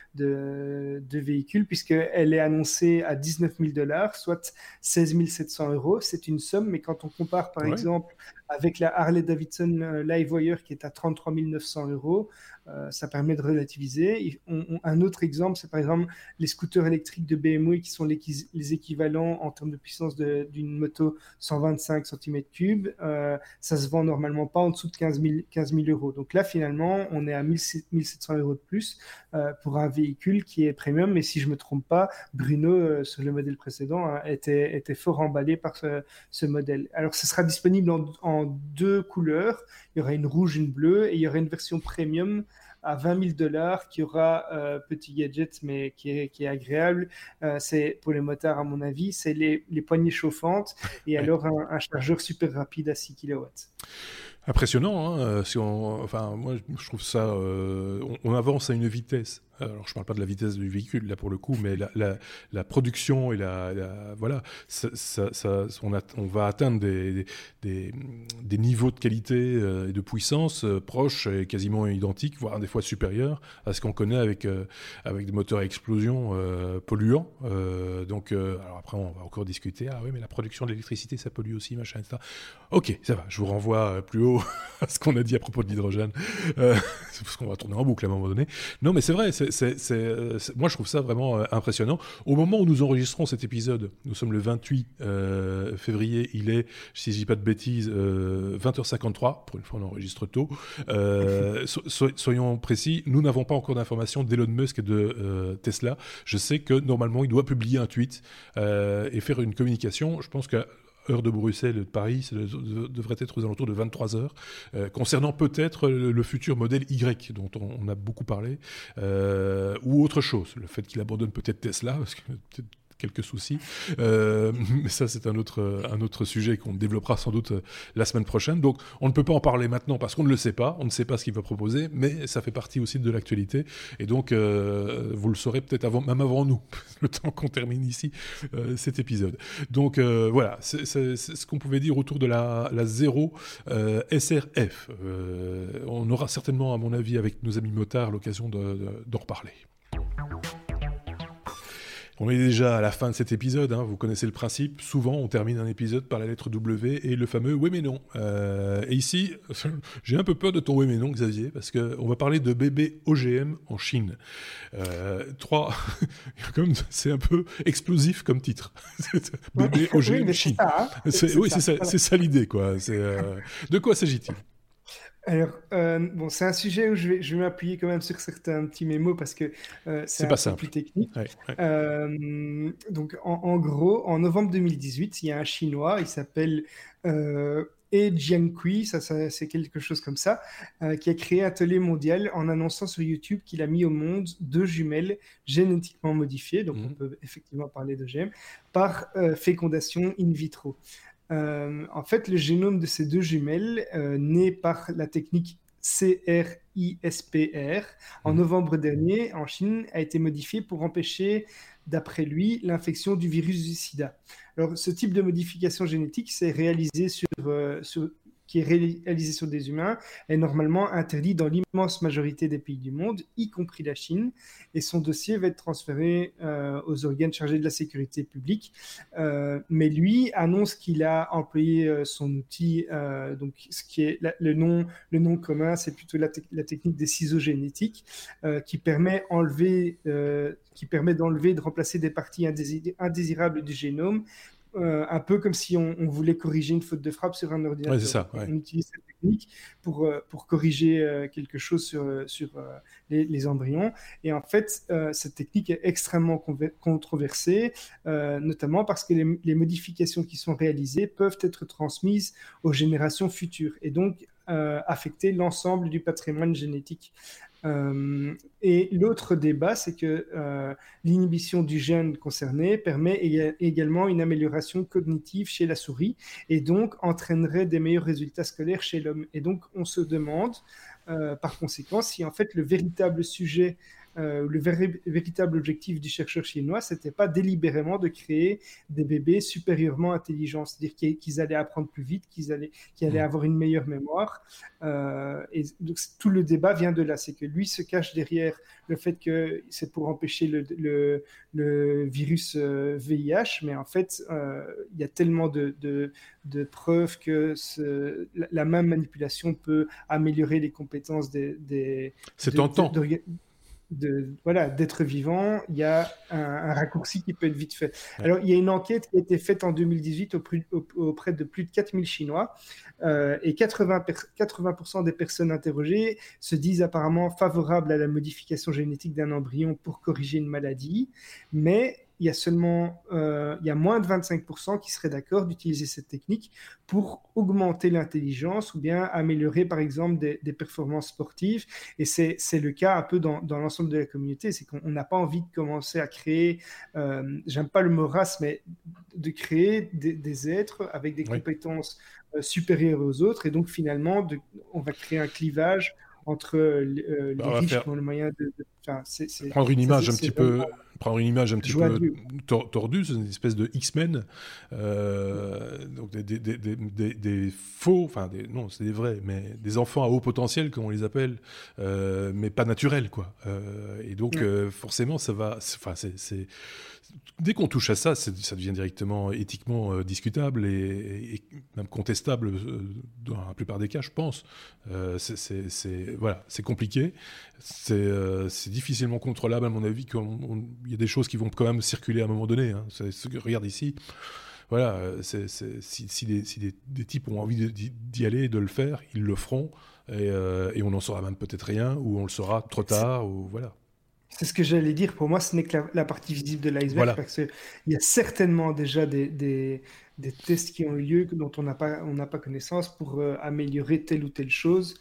de véhicule puisqu'elle est annoncée à $19 000, soit 16 700 €. C'est une somme, mais quand on compare, par exemple, avec la Harley-Davidson Livewire qui est à 33 900 €, ça permet de relativiser. Un autre exemple, c'est par exemple les scooters électriques de BMW qui sont les équivalents en termes de puissance d'une moto 125 cm3. Ça se vend normalement pas en dessous de 15 000 €. Donc là, finalement, on est à 1 700 € de plus pour un véhicule qui est premium. Mais si je me trompe pas, Bruno, sur le modèle précédent, était fort emballé par ce modèle. Alors, ce sera disponible en 2 couleurs. Il y aura une rouge, une bleue, et il y aura une version premium à 20 000 $ qui aura petit gadget mais qui est agréable. C'est pour les motards à mon avis, c'est les poignées chauffantes et alors un chargeur super rapide à 6 kW. Impressionnant, hein, moi je trouve ça, on avance à une vitesse Alors, je parle pas de la vitesse du véhicule, là, pour le coup, mais la production et voilà, on va atteindre des niveaux de qualité et de puissance proches et quasiment identiques, voire des fois supérieurs à ce qu'on connaît avec des moteurs à explosion polluants. Alors après, on va encore discuter. Ah oui, mais la production d'électricité, ça pollue aussi, machin, etc. Ok, ça va, je vous renvoie plus haut à ce qu'on a dit à propos de l'hydrogène. Parce qu'on va tourner en boucle à un moment donné. Non, mais c'est vrai, moi je trouve ça vraiment impressionnant. Au moment où nous enregistrons cet épisode, nous sommes le 28 février, il est, si je dis pas de bêtises, 20h53, pour une fois on enregistre tôt. Soyons précis, nous n'avons pas encore d'informations d'Elon Musk et de Tesla. Je sais que normalement il doit publier un tweet et faire une communication. Je pense que heure de Bruxelles et de Paris, ça devrait être aux alentours de 23 heures, concernant peut-être le futur modèle Y, dont on a beaucoup parlé, ou autre chose. Le fait qu'il abandonne peut-être Tesla, parce que peut-être quelques soucis. Mais ça, c'est un autre sujet qu'on développera sans doute la semaine prochaine. Donc, on ne peut pas en parler maintenant parce qu'on ne le sait pas. On ne sait pas ce qu'il va proposer, mais ça fait partie aussi de l'actualité. Et donc, vous le saurez peut-être même avant nous, le temps qu'on termine ici cet épisode. Donc, voilà, c'est ce qu'on pouvait dire autour de la 0 SRF. On aura certainement, à mon avis, avec nos amis motards, l'occasion d'en reparler. On est déjà à la fin de cet épisode, hein. Vous connaissez le principe. Souvent, on termine un épisode par la lettre W et le fameux « oui mais non ». Et ici, j'ai un peu peur de ton « oui mais non », Xavier, parce qu'on va parler de bébés OGM en Chine. C'est un peu explosif comme titre. Bébé OGM Chine. C'est ça l'idée, quoi. De quoi s'agit-il ? Alors, c'est un sujet où je vais m'appuyer quand même sur certains petits mémos parce que c'est un peu plus technique. Ouais. Donc, en gros, en novembre 2018, il y a un Chinois, il s'appelle He Jiankui, ça c'est quelque chose comme ça, qui a créé un tollé mondial en annonçant sur YouTube qu'il a mis au monde 2 jumelles génétiquement modifiées, donc on peut effectivement parler d'OGM, par fécondation in vitro. En fait, le génome de ces 2 jumelles, né par la technique CRISPR, en novembre dernier, en Chine, a été modifié pour empêcher, d'après lui, l'infection du virus du sida. Alors, ce type de modification génétique qui est réalisé sur des humains est normalement interdit dans l'immense majorité des pays du monde, y compris la Chine, et son dossier va être transféré aux organes chargés de la sécurité publique. Mais lui annonce qu'il a employé son outil, donc ce qui est le nom commun, c'est plutôt la technique des ciseaux génétiques, qui permet d'enlever, de remplacer des parties indésirables du génome. Un peu comme si on voulait corriger une faute de frappe sur un ordinateur. Ouais, c'est ça, ouais. On utilise cette technique pour corriger quelque chose sur les embryons. Et en fait, cette technique est extrêmement controversée, notamment parce que les modifications qui sont réalisées peuvent être transmises aux générations futures et donc affecter l'ensemble du patrimoine génétique. Et l'autre débat, c'est que l'inhibition du gène concerné permet également une amélioration cognitive chez la souris et donc entraînerait des meilleurs résultats scolaires chez l'homme. Et donc, on se demande, par conséquent, si en fait le véritable sujet, le véritable objectif du chercheur chinois, c'était pas délibérément de créer des bébés supérieurement intelligents, c'est-à-dire qu'ils allaient apprendre plus vite, qu'ils allaient avoir une meilleure mémoire. Et donc tout le débat vient de là, c'est que lui se cache derrière le fait que c'est pour empêcher le virus VIH, mais en fait, il y a tellement de preuves que la même manipulation peut améliorer les compétences c'est tentant. D'être vivant, il y a un raccourci qui peut être vite fait. Ouais. Alors, il y a une enquête qui a été faite en 2018 auprès de plus de 4000 Chinois et 80% des personnes interrogées se disent apparemment favorables à la modification génétique d'un embryon pour corriger une maladie, mais il y a moins de 25% qui seraient d'accord d'utiliser cette technique pour augmenter l'intelligence ou bien améliorer, par exemple, des performances sportives. Et c'est le cas un peu dans l'ensemble de la communauté. C'est qu'on n'a pas envie de commencer à créer, j'aime pas le mot race, mais de créer des êtres avec des compétences supérieures aux autres. Et donc, finalement, on va créer un clivage entre les riches qui ont le moyen prendre une image un petit peu tordue, c'est une espèce de X-Men, donc des faux, non, c'est des vrais, mais des enfants à haut potentiel, comme on les appelle, mais pas naturels, quoi. Et donc, forcément, ça va, dès qu'on touche à ça, ça devient directement éthiquement discutable et même contestable dans la plupart des cas, je pense. C'est compliqué, c'est difficilement contrôlable à mon avis. Il y a des choses qui vont quand même circuler à un moment donné. Hein. Regarde ici. Voilà, si des types ont envie d'y aller, de le faire, ils le feront, et on n'en saura même peut-être rien, ou on le saura trop tard, ou voilà. C'est ce que j'allais dire. Pour moi, ce n'est que la partie visible de l'iceberg, Voilà. parce qu'il y a certainement déjà des tests qui ont eu lieu dont on n'a pas connaissance pour améliorer telle ou telle chose.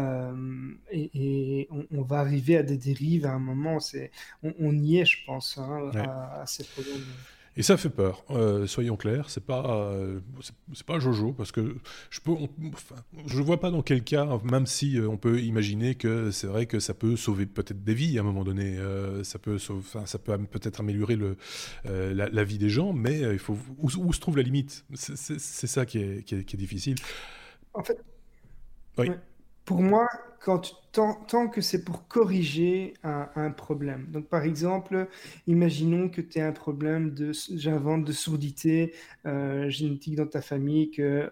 Et on va arriver à des dérives à un moment. On y est, je pense, à ces problèmes. Et ça fait peur, soyons clairs, c'est pas Jojo, parce que je vois pas dans quel cas, même si on peut imaginer que c'est vrai que ça peut sauver peut-être des vies à un moment donné, ça peut peut-être améliorer la vie des gens, mais il faut où se trouve la limite, c'est ça qui est difficile. En fait, oui. Pour moi, tant que c'est pour corriger un problème. Donc, par exemple, imaginons que tu aies un problème j'invente de surdité génétique dans ta famille, que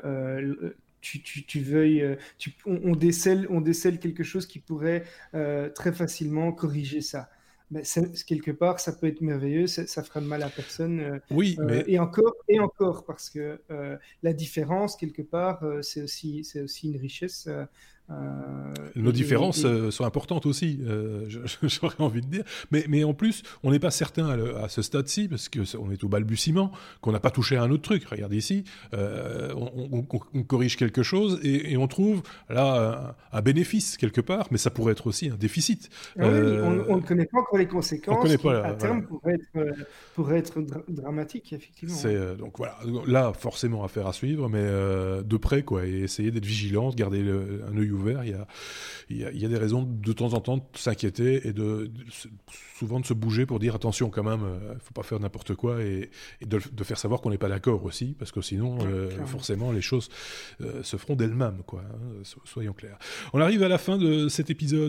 tu veuilles, on décèle quelque chose qui pourrait très facilement corriger ça. Mais quelque part, ça peut être merveilleux, ça fera de mal à personne. Oui, mais... et encore, parce que la différence, quelque part, c'est aussi une richesse. Nos différences sont importantes aussi, j'aurais envie de dire. Mais en plus, on n'est pas certain à ce stade-ci, parce qu'on est au balbutiement, qu'on n'a pas touché à un autre truc. Regarde ici, on corrige quelque chose et on trouve là un bénéfice quelque part, mais ça pourrait être aussi un déficit. Oui, on ne connaît pas encore les conséquences à terme pourraient être dramatiques, effectivement. Donc voilà, là forcément affaire à suivre, mais de près, quoi, et essayer d'être vigilant, de garder un œil ouvert. Il y a des raisons de temps en temps de s'inquiéter et souvent de se bouger pour dire attention quand même, faut pas faire n'importe quoi, et de faire savoir qu'on n'est pas d'accord aussi, parce que sinon forcément les choses se feront d'elles-mêmes, quoi, hein, soyons clairs. On arrive à la fin de cet épisode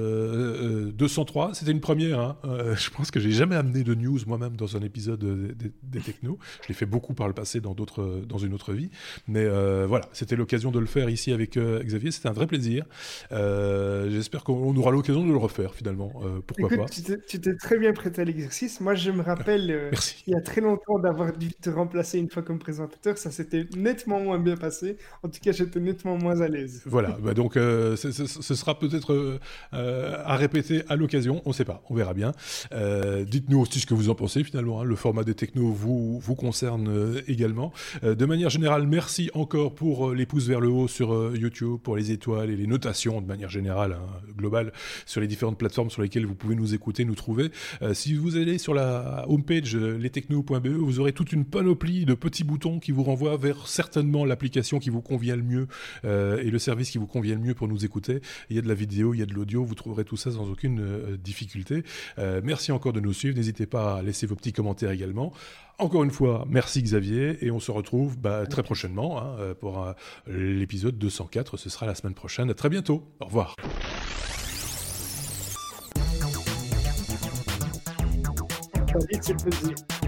203. C'était une première, hein. Je pense que j'ai jamais amené de news moi-même dans un épisode des technos. Je l'ai fait beaucoup par le passé dans une autre vie, mais voilà, c'était l'occasion de le faire ici avec Xavier. C'était un vrai plaisir. J'espère qu'on aura l'occasion de le refaire finalement. Pourquoi pas. Tu t'es très bien prêté à l'exercice. Moi, je me rappelle il y a très longtemps d'avoir dû te remplacer une fois comme présentateur. Ça s'était nettement moins bien passé. En tout cas, j'étais nettement moins à l'aise. Voilà. Donc, ce sera peut-être à répéter à l'occasion. On ne sait pas. On verra bien. Dites-nous aussi ce que vous en pensez finalement. Hein. Le format des technos vous concerne également. De manière générale, merci encore pour les pouces vers le haut sur YouTube, pour les étoiles et les notations de manière générale, hein, globale, sur les différentes plateformes sur lesquelles vous pouvez nous écouter, nous trouver. Si vous allez sur la homepage lestechno.be, vous aurez toute une panoplie de petits boutons qui vous renvoient vers certainement l'application qui vous convient le mieux et le service qui vous convient le mieux pour nous écouter. Il y a de la vidéo, il y a de l'audio, vous trouverez tout ça sans aucune difficulté. Merci encore de nous suivre, n'hésitez pas à laisser vos petits commentaires également. Encore une fois, merci Xavier, et on se retrouve très prochainement hein, pour l'épisode 204, ce sera la semaine prochaine. À très bientôt, au revoir. Vite, c'est plaisir.